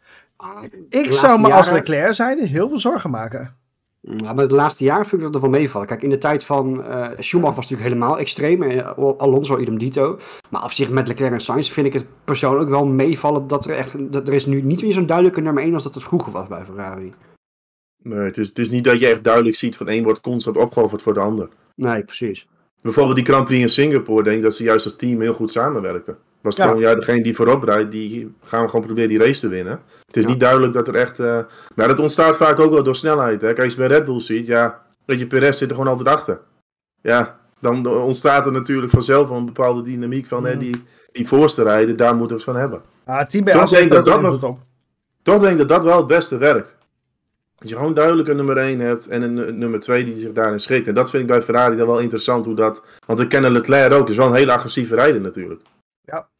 Ik zou me als Leclerc zijn heel veel zorgen maken. Ja, maar de laatste jaren vind ik dat er wel meevallen. Kijk, in de tijd van uh, Schumacher was het natuurlijk helemaal extreem. En Alonso idem dito. Maar op zich met Leclerc en Sainz vind ik het persoonlijk wel meevallen dat er echt... Dat er is nu niet meer zo'n duidelijke nummer één als dat het vroeger was bij Ferrari. Nee, het is, het is niet dat je echt duidelijk ziet van één wordt constant opgeofferd voor de ander. Nee, precies. Bijvoorbeeld die Grand Prix in Singapore, denk ik dat ze juist als team heel goed samenwerkten. Was het Ja. gewoon, ja, degene die voorop rijdt, die gaan we gewoon proberen die race te winnen. Het is Ja. niet duidelijk dat er echt... Uh... Maar dat ontstaat vaak ook wel door snelheid. Hè? Kijk, als je bij Red Bull ziet, ja, weet je, Perez zit er gewoon altijd achter. Ja, dan ontstaat er natuurlijk vanzelf een bepaalde dynamiek van, Ja. hè, die, die voorste rijden, daar moeten we het van hebben. Ah, het team bij Toch Haas denk ik heeft dat er ook dat invloed op. Toch denk ik dat dat wel het beste werkt. Dat je gewoon duidelijk een nummer één hebt en een, een nummer twee die zich daarin schikt. En dat vind ik bij Ferrari dan wel interessant hoe dat... Want we kennen Leclerc ook, is wel een hele agressieve rijder natuurlijk. Ja.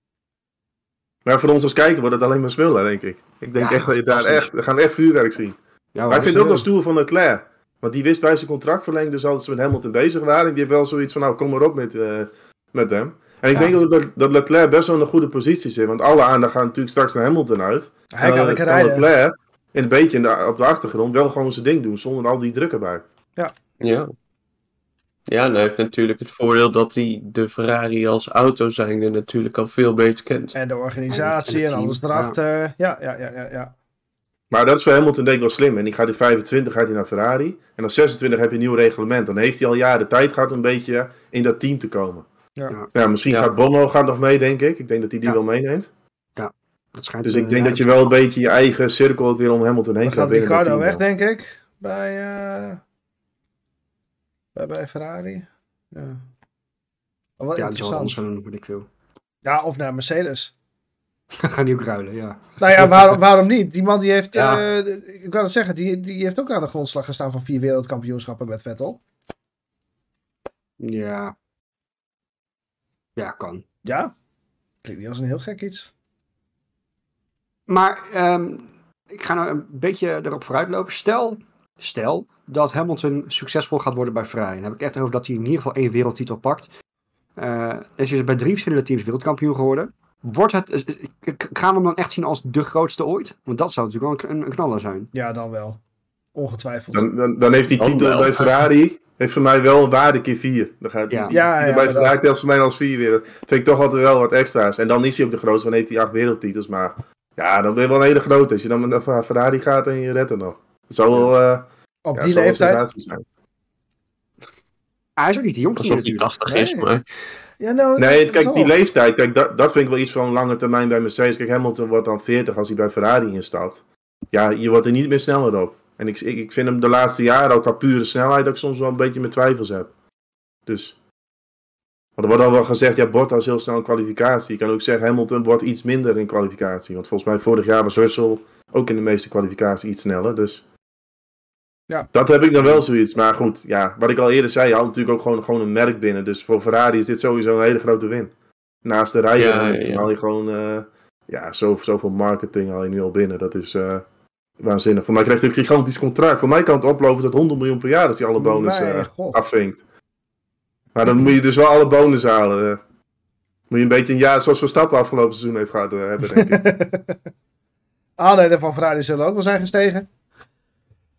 Maar voor ons als kijker wordt het alleen maar spullen, denk ik. Ik denk Ja, echt dat je daar fantastisch. echt... We gaan echt vuurwerk zien. Ja, Maar ik vind het ook wel stoer van Leclerc. Want die wist bij zijn contractverlenging dus al dat ze met Hamilton bezig waren. En die heeft wel zoiets van, nou kom maar op met, uh, met hem. En ik Ja. denk ook dat, dat Leclerc best wel in een goede positie zit. Want alle aandacht gaat natuurlijk straks naar Hamilton uit. Hij kan Dan, lekker kan rijden. Leclerc in een beetje in de, op de achtergrond wel gewoon zijn ding doen. Zonder al die druk erbij. Ja. Ja, en hij heeft natuurlijk het voordeel dat hij de Ferrari als auto zijnde natuurlijk al veel beter kent. En de organisatie En en het alles team, erachter. Ja, ja, ja, ja. ja. Maar dat is voor Hamilton denk ik wel slim. En die gaat in vijfentwintig gaat hij naar Ferrari. En dan zesentwintig heb je een nieuw reglement. Dan heeft hij al jaren tijd gehad een beetje in dat team te komen. Ja. Ja. Ja, misschien Ja. gaat Bono gaat nog mee, denk ik. Ik denk dat hij die Ja. wel meeneemt. Dat schijnt, Dus uh, ik denk ja, dat je wel een beetje je eigen cirkel ook weer om Hamilton heen Dan gaat gaat binnen dat Ricardo team weg, wel. denk ik. Bij, uh, bij, bij Ferrari. Ja. Oh, wat Ja, die zal interessant. ons doen, wat ik wil. Ja, of naar Mercedes. Gaan die ook ruilen, ja. Nou ja, waarom, waarom niet? Die man die heeft, Ja. uh, ik kan het zeggen, die, die heeft ook aan de grondslag gestaan van vier wereldkampioenschappen met Vettel. Ja. Ja, kan. Ja, klinkt niet als een heel gek iets. Maar um, ik ga nou een beetje erop vooruitlopen. Stel, stel dat Hamilton succesvol gaat worden bij Ferrari. Dan heb ik echt over dat hij in ieder geval één wereldtitel pakt. Uh, is hij bij drie verschillende teams wereldkampioen geworden. Wordt het, gaan we hem dan echt zien als de grootste ooit? Want dat zou natuurlijk wel een, een knaller zijn. Ja, dan wel. Ongetwijfeld. Dan, dan, dan heeft die Dan titel wel. bij Ferrari heeft voor mij wel een waarde keer vier. Dan gaat die, Ja. die- Ja, die ja, bij maar Ferrari dat- telt voor mij als vier weer. Vind ik toch altijd wel wat extra's. En dan is hij ook de grootste, dan heeft hij acht wereldtitels. Maar ja, dan ben je wel een hele grote. Als je dan naar Ferrari gaat en je redt er nog. Dat zou wel, uh, Op ja, die zou wel een leeftijd. sensatie zijn. Hij is ook niet de jongste Alsof hij natuurlijk. tachtig is, Nee. maar... Ja, nou, Nee, dat kijk, zal. die leeftijd, kijk, dat, dat vind ik wel iets van lange termijn bij Mercedes. Kijk, Hamilton wordt dan veertig als hij bij Ferrari instapt. Ja, je wordt er niet meer sneller op. En ik, ik, ik vind hem de laatste jaren ook qua pure snelheid dat ik soms wel een beetje mijn twijfels heb. Dus. Want er wordt al wel gezegd, ja, Bottas heel snel in kwalificatie. Je kan ook zeggen, Hamilton wordt iets minder in kwalificatie. Want volgens mij vorig jaar was Russell ook in de meeste kwalificatie iets sneller. Dus. Ja. Dat heb ik dan wel zoiets. Maar goed, ja, wat ik al eerder zei, je had natuurlijk ook gewoon, gewoon een merk binnen. Dus voor Ferrari is dit sowieso een hele grote win. Naast de rijden Ja, ja, ja. haal je gewoon uh, ja, zo, zoveel marketing haal je nu al binnen. Dat is uh, waanzinnig. Voor mij krijgt hij een gigantisch contract. Voor mij kan het oplopen tot honderd miljoen per jaar als hij alle bonus Nee, uh, god. afvinkt. Maar dan moet je dus wel alle bonus halen. Uh. Moet je een beetje een jaar zoals Verstappen afgelopen seizoen heeft gehad uh, hebben, denk ik. Aandelen van Ferrari zullen ook wel zijn gestegen.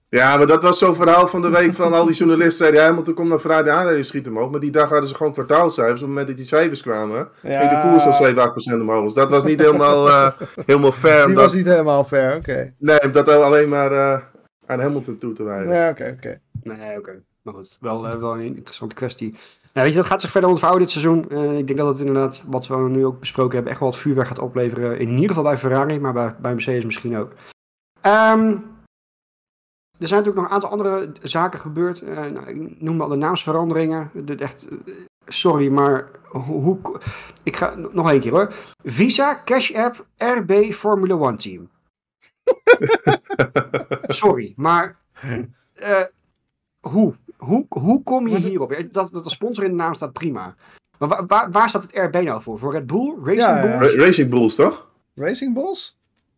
Ja, maar dat was zo'n verhaal van de week van al die journalisten zeiden, ja, Hamilton komt naar Ferrari aanrijding schieten omhoog. Maar die dag hadden ze gewoon kwartaalcijfers. Op het moment dat die cijfers kwamen, Ja. ging de koers al zeven, acht procent omhoog. Dus dat was niet helemaal, uh, helemaal fair. Die dat, was niet helemaal fair, oké. Okay. Nee, om dat alleen maar uh, aan Hamilton toe te wijden. Ja, oké, okay, oké. Okay. Nee, oké. Okay. Maar goed, wel, uh, wel een interessante kwestie. Nou, weet je, dat gaat zich verder ontvouwen dit seizoen. Uh, ik denk dat het inderdaad, wat we nu ook besproken hebben, echt wel wat vuurwerk gaat opleveren. In ieder geval bij Ferrari, maar bij, bij Mercedes misschien ook. Um, er zijn natuurlijk nog een aantal andere zaken gebeurd. Uh, nou, ik noem al de naamsveranderingen. Dit echt, uh, sorry, maar hoe, hoe... Ik ga nog één keer hoor. Visa, Cash App, R B Formula One Team. Sorry, maar... Uh, hoe? Hoe, hoe kom je hierop? Dat, dat de sponsor in de naam staat, prima. Maar waar, waar, waar staat het R B nou voor? Voor Red Bull? Racing Ja, ja. Bulls? Ra- Racing Bulls, toch? Racing Bulls?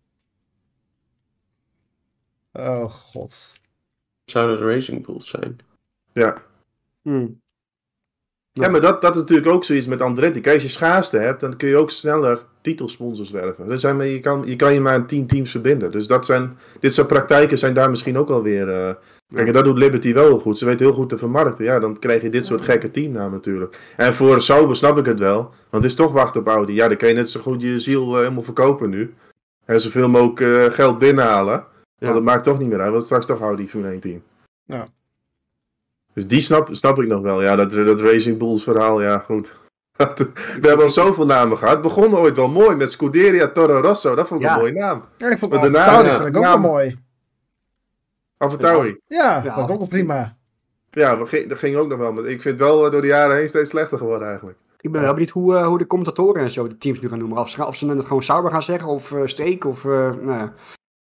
Oh, god. Zouden de Racing Bulls zijn? Ja. Hmm. Ja, maar dat, dat is natuurlijk ook zoiets met Andretti. Kijk, als je schaarste hebt, dan kun je ook sneller titelsponsors werven. Er zijn, maar je, kan, je kan je maar aan tien teams verbinden. Dus dat zijn, dit soort praktijken zijn daar misschien ook alweer... Uh, kijk, en dat doet Liberty wel heel goed. Ze weten heel goed te vermarkten. Ja, dan krijg je dit soort gekke teamnamen natuurlijk. En voor Sauber snap ik het wel. Want het is toch wachten op Audi. Ja, dan kan je net zo goed je ziel uh, helemaal verkopen nu. En zoveel mogelijk uh, geld binnenhalen. Ja. Want dat maakt toch niet meer uit. Want straks toch Audi Formule één team. Ja. Dus die snap, snap ik nog wel. Ja, dat, dat Racing Bulls verhaal, ja, goed. We hebben al zoveel namen gehad. Het begon ooit wel mooi met Scuderia Toro Rosso. Dat vond ik Ja. een mooie naam. Ja, ik vond Maar het daarna- ja, ik ook naam- wel mooi. AlphaTauri. Ja, Ja. vond ik ook wel prima. Ja, dat ging, dat ging ook nog wel. Maar ik vind het wel uh, door de jaren heen steeds slechter geworden eigenlijk. Ik ben wel benieuwd hoe, uh, hoe de commentatoren en zo de teams nu gaan noemen. Of, of ze het gewoon Sauber gaan zeggen, of uh, Streek, of uh, nou, ja,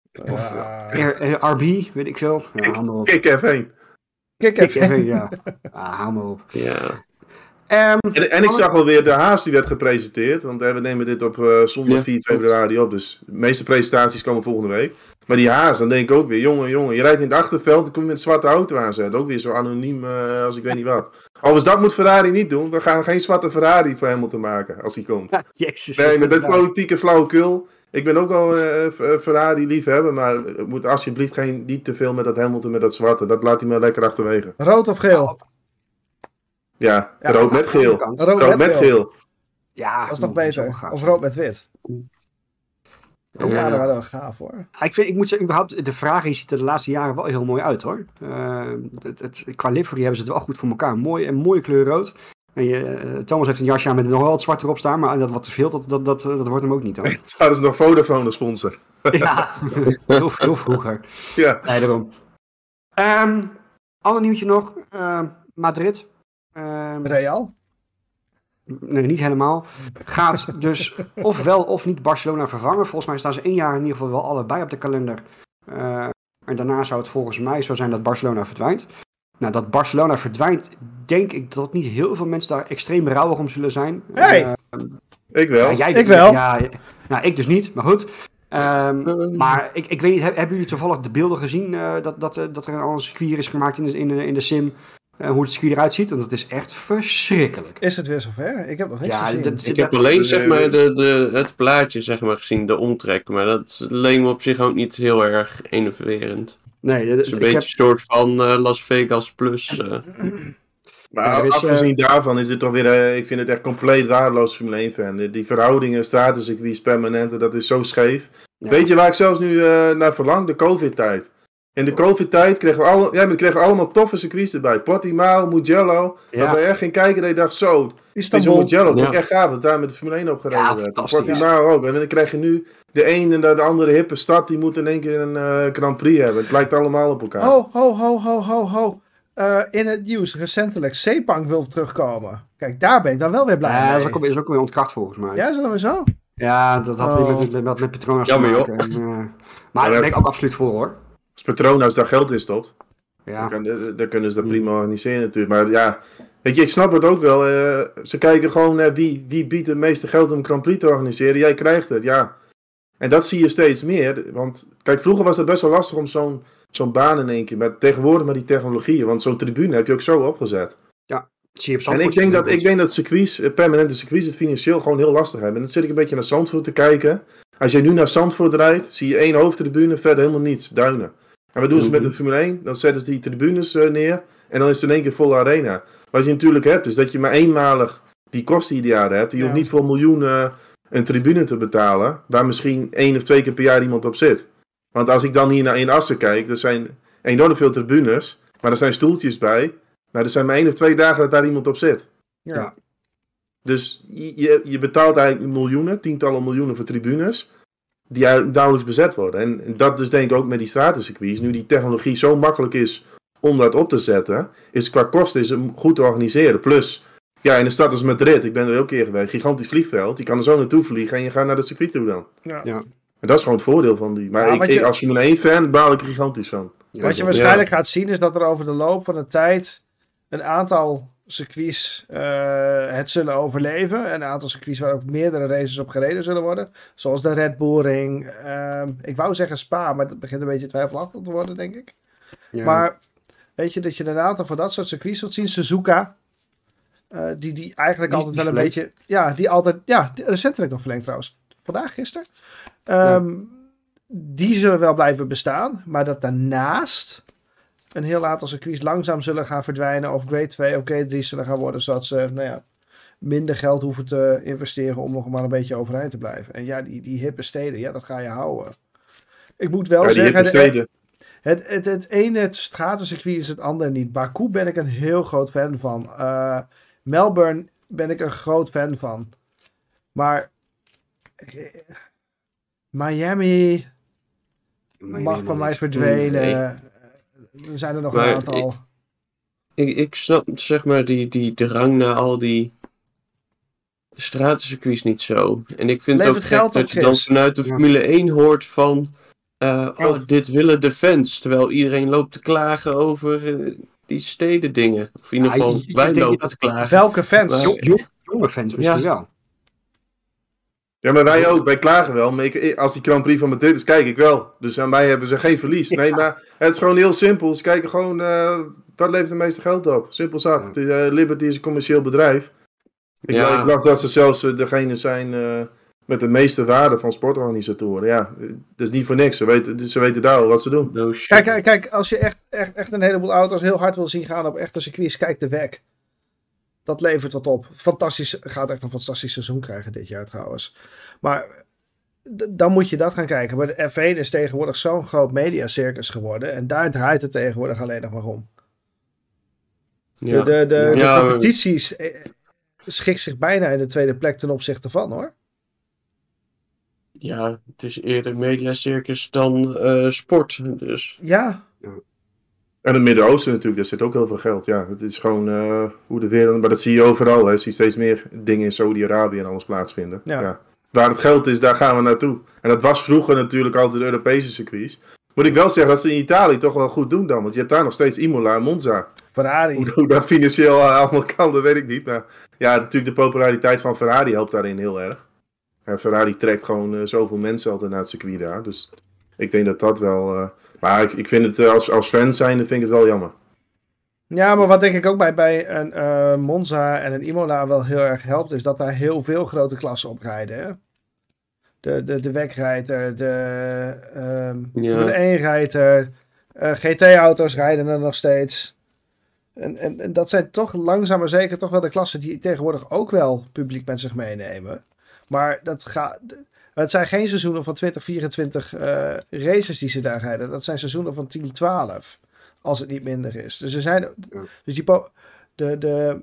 Ja. R, R B, weet ik veel. Ja, hou maar op. Kick F één. Kijk Ik even. even, ja. Ah, hou maar op. Ja. Um, En, en ik zag alweer de Haas die werd gepresenteerd. Want uh, we nemen dit op uh, zondag Ja, vier februari op. Dus de meeste presentaties komen volgende week. Maar die Haas, dan denk ik ook weer, jongen, jongen. Je rijdt in het achterveld, dan kom je met een zwarte auto aanzetten. Ook weer zo anoniem uh, als ik weet niet wat. Overigens, dat moet Ferrari niet doen. We gaan geen zwarte Ferrari voor Hamilton maken als hij komt. ja, jezus. Nee, met dat politieke flauwekul. Ik ben ook wel uh, Ferrari liefhebber, maar het moet alsjeblieft geen, niet te veel met dat Hamilton, met dat zwarte. Dat laat hij maar lekker achterwege. Rood of geel? Ja, Ja, rood met geel. Kant. Rood, Rood met geel. Ja, Dat is nog dat beter. wel gaaf. Of rood met wit. Ja, Ja. dat was wel gaaf hoor. Ah, Ik, vind, ik moet zeggen, überhaupt, de Ferrari ziet er de laatste jaren wel heel mooi uit hoor. Uh, het, het, qua livery hebben ze het wel goed voor elkaar. Mooi, een mooie kleur rood. En je, uh, Thomas heeft een jasje aan met nog wel het zwart erop staan, maar dat wat te veel, dat, dat, dat, dat wordt hem ook niet hoor. Hadden ze nog Vodafone als sponsor. Ja, heel, heel vroeger. Ja. Nee, daarom. Um, ander nieuwtje nog. Uh, Madrid. Um, Real? Nee, niet helemaal. Gaat dus of wel of niet Barcelona vervangen. Volgens mij staan ze één jaar in ieder geval wel allebei op de kalender. Uh, en daarna zou het volgens mij zo zijn dat Barcelona verdwijnt. Nou, dat Barcelona verdwijnt, denk ik dat niet heel veel mensen daar extreem rouwig om zullen zijn. Hey. Uh, Ik wel. ja, jij, Ik wel. Ja, nou, ik dus niet, maar goed. Um, maar ik, ik weet niet, hebben jullie toevallig de beelden gezien uh, dat, dat, uh, dat er een circuit is gemaakt in de, in de, in de sim? Uh, hoe het circuit eruit ziet? Want het is echt verschrikkelijk. Is het weer zover? Ik heb nog niks Ja, gezien. dat- Ik heb dat- alleen dat- zeg maar de, de, het plaatje zeg maar, gezien, de omtrek. Maar dat leek me op zich ook niet heel erg innoverend. Nee, Het is een ik beetje heb, een soort van uh, Las Vegas plus. Uh, Maar Ja, er is, afgezien daarvan is dit toch weer, uh, ik vind het echt compleet waardeloos Formule één fan. Die, die verhoudingen, stratencircuits, permanente, dat is zo scheef. ja. Weet je waar ik zelfs nu uh, naar verlang? De COVID-tijd. In de COVID-tijd kregen we, alle, ja, we kregen allemaal toffe circuits erbij. Portimao, Mugello. Ja. Waarbij je echt ging kijken dat je dacht, zo, deze Istanbul. Mugello, dat Ja. vind ik echt gaaf dat daar met de Formule één op gereden Ja, werd. fantastisch. Portimao ook. En dan krijg je nu de een en de andere hippe stad, die moet in één keer een uh, Grand Prix hebben. Het lijkt allemaal op elkaar. Ho, ho, ho, ho, ho, ho. Uh, in het nieuws recentelijk, Sepang wil terugkomen. Kijk, daar ben ik dan wel weer blij Ja, mee. dat is ook, is ook weer ontkracht volgens mij. Ja, Ja, is dat weer zo? dat had Oh. weer met, met, met, met Petronas te Jammer, maken. En, uh, maar daar ben ik ook absoluut voor hoor. Als Petronas daar geld in stopt, Ja. dan, kan- dan kunnen ze dat prima organiseren natuurlijk. Maar ja, weet je, ik snap het ook wel. Uh, ze kijken gewoon uh, wie, wie biedt het meeste geld om een Grand Prix te organiseren. Jij krijgt het, ja. En dat zie je steeds meer. Want kijk, vroeger was het best wel lastig om zo'n zo'n baan in één keer. Maar tegenwoordig met die technologieën. Want zo'n tribune heb je ook zo opgezet. Zie je op En Zandvoort ik denk dat, ik bijvoorbeeld. denk dat circuits, eh, permanente circuits het financieel gewoon heel lastig hebben. En dan zit ik een beetje naar Zandvoort te kijken. Als je nu naar Zandvoort rijdt, zie je één hoofdtribune, verder helemaal niets. Duinen. En wat doen ze Mhm. met de Formule één? Dan zetten ze die tribunes uh, neer en dan is het in één keer volle arena. Wat je natuurlijk hebt, is dat je maar eenmalig die kosten ieder jaar hebt. Je Ja. hoeft niet voor miljoenen een tribune te betalen, waar misschien één of twee keer per jaar iemand op zit. Want als ik dan hier naar in Assen kijk, er zijn enorm veel tribunes, maar er zijn stoeltjes bij. Nou, er zijn maar één of twee dagen dat daar iemand op zit. Ja. Ja. Dus je, je betaalt eigenlijk miljoenen, tientallen miljoenen voor tribunes, die eigenlijk dagelijks bezet worden. En, en dat is denk ik ook met die stratencircuits. Nu die technologie zo makkelijk is om dat op te zetten, is qua kosten is het goed te organiseren. Plus, ja, in de stad als Madrid, ik ben er ook een keer geweest, gigantisch vliegveld, je kan er zo naartoe vliegen en je gaat naar het circuit toe dan. Ja. Ja. En dat is gewoon het voordeel van die. Maar Ja, ik, wat ik, je- als Formule één fan baal ik er gigantisch van. Ja, Wat je dat- waarschijnlijk gaat zien is dat er over de loop van de tijd een aantal circuits eh, het zullen overleven. Een aantal circuits waar ook meerdere races op gereden zullen worden. Zoals de Red Bull Ring. Ehm, ik wou zeggen Spa, maar dat begint een beetje twijfelachtig te worden, denk ik. ja. Maar weet je dat je een aantal van dat soort circuits zult zien. Suzuka. eh, die, die eigenlijk Die- altijd die wel een verlengt. beetje... Ja, die altijd... Ja, die- recentelijk nog verlengd trouwens. Vandaag, gisteren. Ehm, Die zullen wel blijven bestaan. Maar dat daarnaast een heel aantal circuits langzaam zullen gaan verdwijnen. Of grade twee of grade drie zullen gaan worden. Zodat ze nou ja, minder geld hoeven te investeren om nog maar een beetje overeind te blijven. En ja, die, die hippe steden, ja, dat ga je houden. Ik moet wel Ja, die zeggen... hippe de- steden. het, het, het ene het stratencircuit is het andere niet. Baku ben ik een heel groot fan van. Uh, Melbourne ben ik een groot fan van. Maar eh, Miami Maar mag helemaal van mij niks. verdwenen. Nee. Er zijn er nog Maar een aantal. Ik, ik snap zeg maar die, die drang naar al die stratencircuits niet zo. En ik vind het Levert ook gek geld op, dat je dan Chris. vanuit de Ja. Formule één hoort van... eh, oh, Geld. dit willen de fans. Terwijl iedereen loopt te klagen over eh, die stedendingen. Of in ieder Ja, geval, je- je wij denkt lopen dat- te klagen. Welke fans? Maar- Jo- jo- jonge fans misschien Ja. wel. Ja, maar wij ook. Wij klagen wel. Maar ik, als die Grand Prix van Madrid is, kijk ik wel. Dus aan mij hebben ze geen verlies. Nee, maar het is gewoon heel simpel. Ze kijken gewoon, eh, wat levert de meeste geld op? Simpel zat. Ja. Het is, eh, Liberty is een commercieel bedrijf. Ik, Ja. ik las dat ze zelfs eh, degene zijn eh, met de meeste waarde van sportorganisatoren. Ja, eh, dat is niet voor niks. Ze weten, ze weten daar al wat ze doen. No shit. Kijk, kijk, kijk, als je echt, echt, echt een heleboel auto's heel hard wil zien gaan op echte circuits, kijk de W E C. Dat levert wat op. Fantastisch, gaat echt een fantastisch seizoen krijgen dit jaar trouwens. Maar d- dan moet je dat gaan kijken. Maar de F één is tegenwoordig zo'n groot mediacircus geworden. En daar draait het tegenwoordig alleen nog maar om. Ja. De, de, de, Ja, de maar- competities eh, schikt zich bijna in de tweede plek ten opzichte van, hoor. ja, het is eerder mediacircus dan eh, sport. Dus Ja, En het Midden-Oosten natuurlijk, daar zit ook heel veel geld. Ja, het is gewoon eh, hoe de wereld... Maar dat zie je overal. Hè. Je ziet steeds meer dingen in Saudi-Arabië en alles plaatsvinden. Ja. Ja. Waar het geld is, daar gaan we naartoe. En dat was vroeger natuurlijk altijd de Europese circuits. Moet ik wel zeggen dat ze in Italië toch wel goed doen dan. Want je hebt daar nog steeds Imola en Monza. Ferrari. Hoe, hoe dat financieel uh, allemaal kan, dat weet ik niet. Maar ja, natuurlijk de populariteit van Ferrari helpt daarin heel erg. En Ferrari trekt gewoon uh, zoveel mensen altijd naar het circuit daar. Dus ik denk dat dat wel... Uh, maar ik, ik vind het uh, als, als fan zijnde vind ik het wel jammer. Ja, maar wat denk ik ook bij, bij een uh, Monza en een Imola wel heel erg helpt, is dat daar heel veel grote klassen op rijden. Hè? De, de, de W E C-rijder, de um, Ja. Formule één-rijder, uh, G T-auto's rijden er nog steeds. En, en, en dat zijn toch langzaam maar zeker toch wel de klassen die tegenwoordig ook wel publiek met zich meenemen. Maar dat gaat... Het zijn geen seizoenen van twintig vierentwintig uh, races die ze daar rijden. Dat zijn seizoenen van tien twaalf. Als het niet minder is. Dus er zijn. Ja. Dus die. Po- de, de,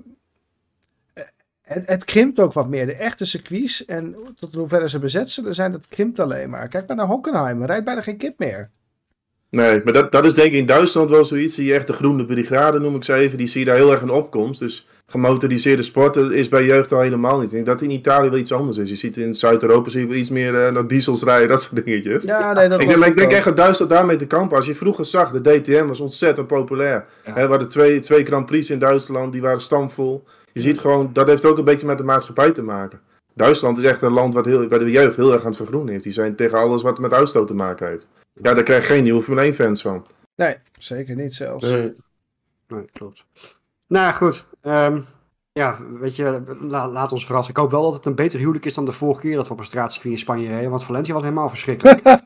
het, het krimpt ook wat meer. De echte circuits. En tot hoeverre ze bezet zullen zijn. Dat krimpt alleen maar. Kijk maar naar Hockenheim. Er rijdt bijna geen kip meer. Nee, maar dat, dat is denk ik in Duitsland wel zoiets. Zie je echt de groene brigade, noem ik ze even. Die zie je daar heel erg in opkomst. Dus gemotoriseerde sporten is bij jeugd al helemaal niet. Ik denk dat in Italië wel iets anders is. Je ziet in Zuid-Europa zie je wel iets meer uh, naar diesels rijden, dat soort dingetjes. Ja, nee, dat ik, was denk, maar ik ook denk wel. echt dat Duitsland daarmee te kampen. Als je vroeger zag, de D T M was ontzettend populair. Ja. Hè, we hadden twee, twee Grand Prix in Duitsland, die waren stamvol. Je ziet gewoon, dat heeft ook een beetje met de maatschappij te maken. Duitsland is echt een land wat heel, bij de jeugd heel erg aan het vergroenen is. Die zijn tegen alles wat met uitstoot te maken heeft. Ja, daar krijg je geen nieuwe Formule één fans van. Nee, zeker niet zelfs. nee. Nee, klopt. Nou ja, goed. Um, ja, weet je, la, laat ons verrassen. Ik hoop wel dat het een beter huwelijk is dan de vorige keer dat we op een straatcircuit in Spanje reden. Want Valencia was helemaal verschrikkelijk.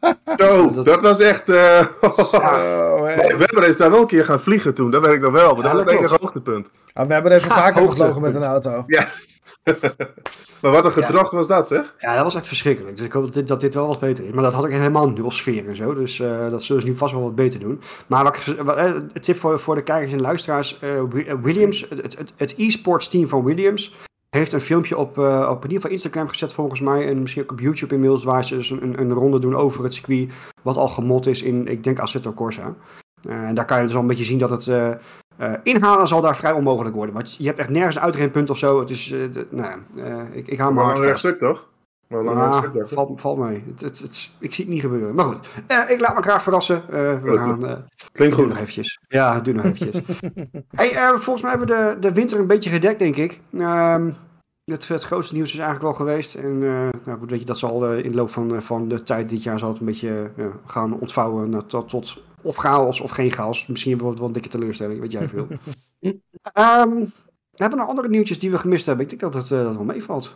Zo, dat- dat, was echt... eh Oh, hey. Webber is daar wel een keer gaan vliegen toen, dat weet ik nog wel. Maar Ja, dat was dat het enige klopt. hoogtepunt. Ah, we hebben even Ja, vaker hoogte. gevlogen met een auto. Ja. Maar wat een gedrocht was dat, zeg? Ja, dat was echt verschrikkelijk. Dus ik hoop dat dit, dat dit wel wat beter is. Maar dat had ik helemaal nul sfeer en zo. Dus uh, dat zullen ze nu vast wel wat beter doen. Maar wat ik, wat, uh, tip voor, voor de kijkers en luisteraars. Uh, Williams, het, het, het e-sports team van Williams... heeft een filmpje op, uh, op in ieder geval Instagram gezet volgens mij. En misschien ook op YouTube inmiddels. Waar ze dus een, een ronde doen over het circuit. Wat al gemod is in, ik denk, Assetto Corsa. Uh, en daar kan je dus al een beetje zien dat het... Uh, Uh, inhalen zal daar vrij onmogelijk worden. Want je hebt echt nergens een uitrempunt of zo. Het is, uh, de, nou ja, uh, ik, ik hou Maar maar een hard vast. rechtstuk, toch? Maar een lang Ja, rechtstuk, dacht ik. valt, valt mee. Het, het, het, ik zie het niet gebeuren. Maar goed, uh, ik laat me graag verrassen. Uh, we Goed. gaan... Uh, Klinkt doe goed. nog eventjes. Ja, doe nog eventjes. hey, uh, volgens mij hebben we de, de winter een beetje gedekt, denk ik. Um, het, het grootste nieuws is eigenlijk wel geweest. En uh, nou goed, weet je, dat zal uh, in de loop van, uh, van de tijd dit jaar zal het een beetje uh, gaan ontvouwen nou, tot, tot of chaos of geen chaos. Misschien wordt het wel een dikke teleurstelling, weet jij veel. um, hebben we nog andere nieuwtjes die we gemist hebben? Ik denk dat het, uh, dat wel meevalt.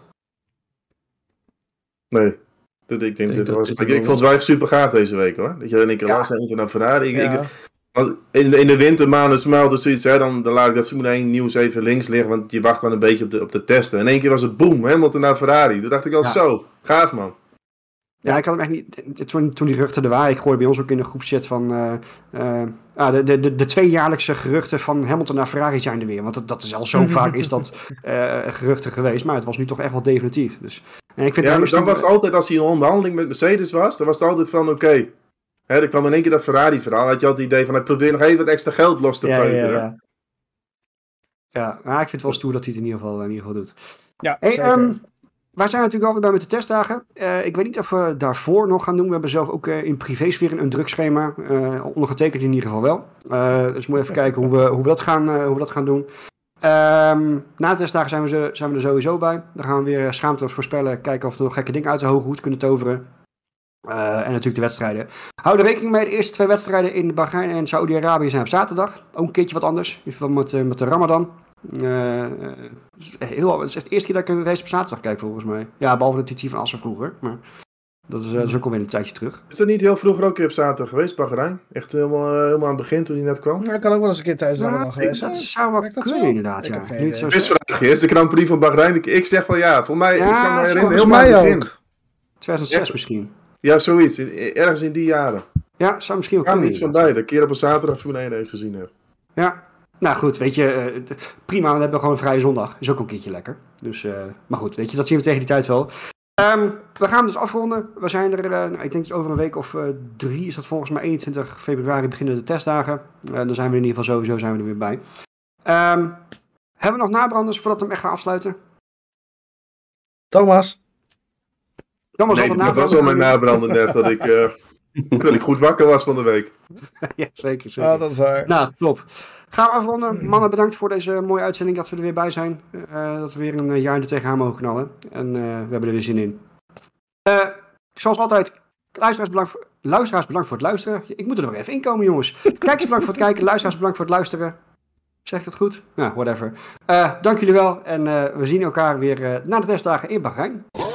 Nee. Ik, denk, denk dit dat was, dit ik, wel- ik vond het wel echt super gaaf deze week, hoor. Dat je in één keer Ja. las en naar Ferrari. Ik, Ja. ik, want in, de- in de wintermaanden smelt er zoiets, hè, dan, dan laat ik dat Formule één nieuws even links liggen, want je wacht dan een beetje op de, op de testen. In één keer was het boom, Hamilton naar Ferrari. Toen dacht ik al, Ja. zo, gaaf man. Ja, ik had hem echt niet. Toen, toen die geruchten er waren, ik hoorde bij ons ook in de groepchat van. Uh, uh, ah, de, de, de, de tweejaarlijkse geruchten van Hamilton naar Ferrari zijn er weer. Want dat, dat is al zo vaak is dat uh, geruchten geweest. Maar het was nu toch echt wel definitief. Dus, en ik vind Ja, maar Hamilton- dan was het altijd, als hij in onderhandeling met Mercedes was, dan was het altijd van, oké. Okay, er kwam in één keer dat Ferrari-verhaal. Had je altijd het idee van, ik probeer nog even wat extra geld los te Ja, ja, peuteren. ja. Ja, maar ik vind het wel stoer dat hij het in ieder geval, in ieder geval doet. Ja, Hey, zeker. um, wij zijn natuurlijk alweer bij met de testdagen. Uh, ik weet niet of we daarvoor nog gaan doen. We hebben zelf ook uh, in privésfeer een drugschema. Uh, ondergetekend in ieder geval wel. Uh, dus we moeten even kijken hoe we, hoe we, dat, gaan, uh, hoe we dat gaan doen. Um, na de testdagen zijn we, zo, zijn we er sowieso bij. Dan gaan we weer schaamteloos voorspellen. Kijken of we nog gekke dingen uit de hoge hoed kunnen toveren. Uh, en natuurlijk de wedstrijden. Hou er rekening mee, de eerste twee wedstrijden in Bahrein en Saoedi-Arabië zijn op zaterdag. Ook een keertje wat anders. In verband met, uh, met de Ramadan. Uh, uh, heel, het is echt de eerste keer dat ik een race op zaterdag kijk, volgens mij. Ja, behalve de T T van Assen vroeger. Maar dat is, uh, dat is ook alweer een tijdje terug. Is dat niet heel vroeger ook een keer op zaterdag geweest, Bahrein? Echt helemaal, uh, helemaal aan het begin toen hij net kwam? Ja, dat kan ook wel eens een keer tijdens de Ja, Ramadan ik- geweest dat zijn. zou wel Werkt dat kunnen, zo? inderdaad. Ik Ja. heb geen Nu het idee. zo Quizvraagje, is de Grand Prix van Bahrein? Ik, ik zeg van ja, voor mij, Ja, ik kan me het is herinneren, Volgens helemaal aan mij het begin. ook. tweeduizend zes misschien. Ja, zoiets. In- Ergens in die jaren. Ja, zou misschien wel Ik kan kunnen. iets van inderdaad. bij, dat ik een keer op een zaterdag Formule één even gezien heb. Ja, nou goed, weet je, uh, prima, we hebben gewoon een vrije zondag. Is ook een keertje lekker. Dus, uh, maar goed, weet je, dat zien we tegen die tijd wel. Um, we gaan hem dus afronden. We zijn er, uh, nou, ik denk dat over een week of uh, drie is dat volgens mij eenentwintig februari beginnen de testdagen. Uh, dan zijn we in ieder geval sowieso zijn we er weer bij. Um, hebben we nog nabranders voordat we hem echt gaan afsluiten? Thomas. Thomas, Nee, al dat wat was wel mijn nabranden? nabrander net, dat ik, uh, dat ik goed wakker was van de week. Ja, zeker, zeker. Oh, dat is waar. Nou, top. Gaan we afronden. Mannen, bedankt voor deze mooie uitzending dat we er weer bij zijn. Uh, dat we weer een jaar er tegenaan mogen knallen. En uh, we hebben er weer zin in. Uh, zoals altijd, luisteraars bedankt, voor, luisteraars bedankt voor het luisteren. Ik moet er nog even inkomen, jongens. Kijkers bedankt voor het kijken. Luisteraars bedankt voor het luisteren. Zeg ik dat goed? Nou, whatever. Uh, dank jullie wel. En uh, we zien elkaar weer uh, na de testdagen in Bahrein.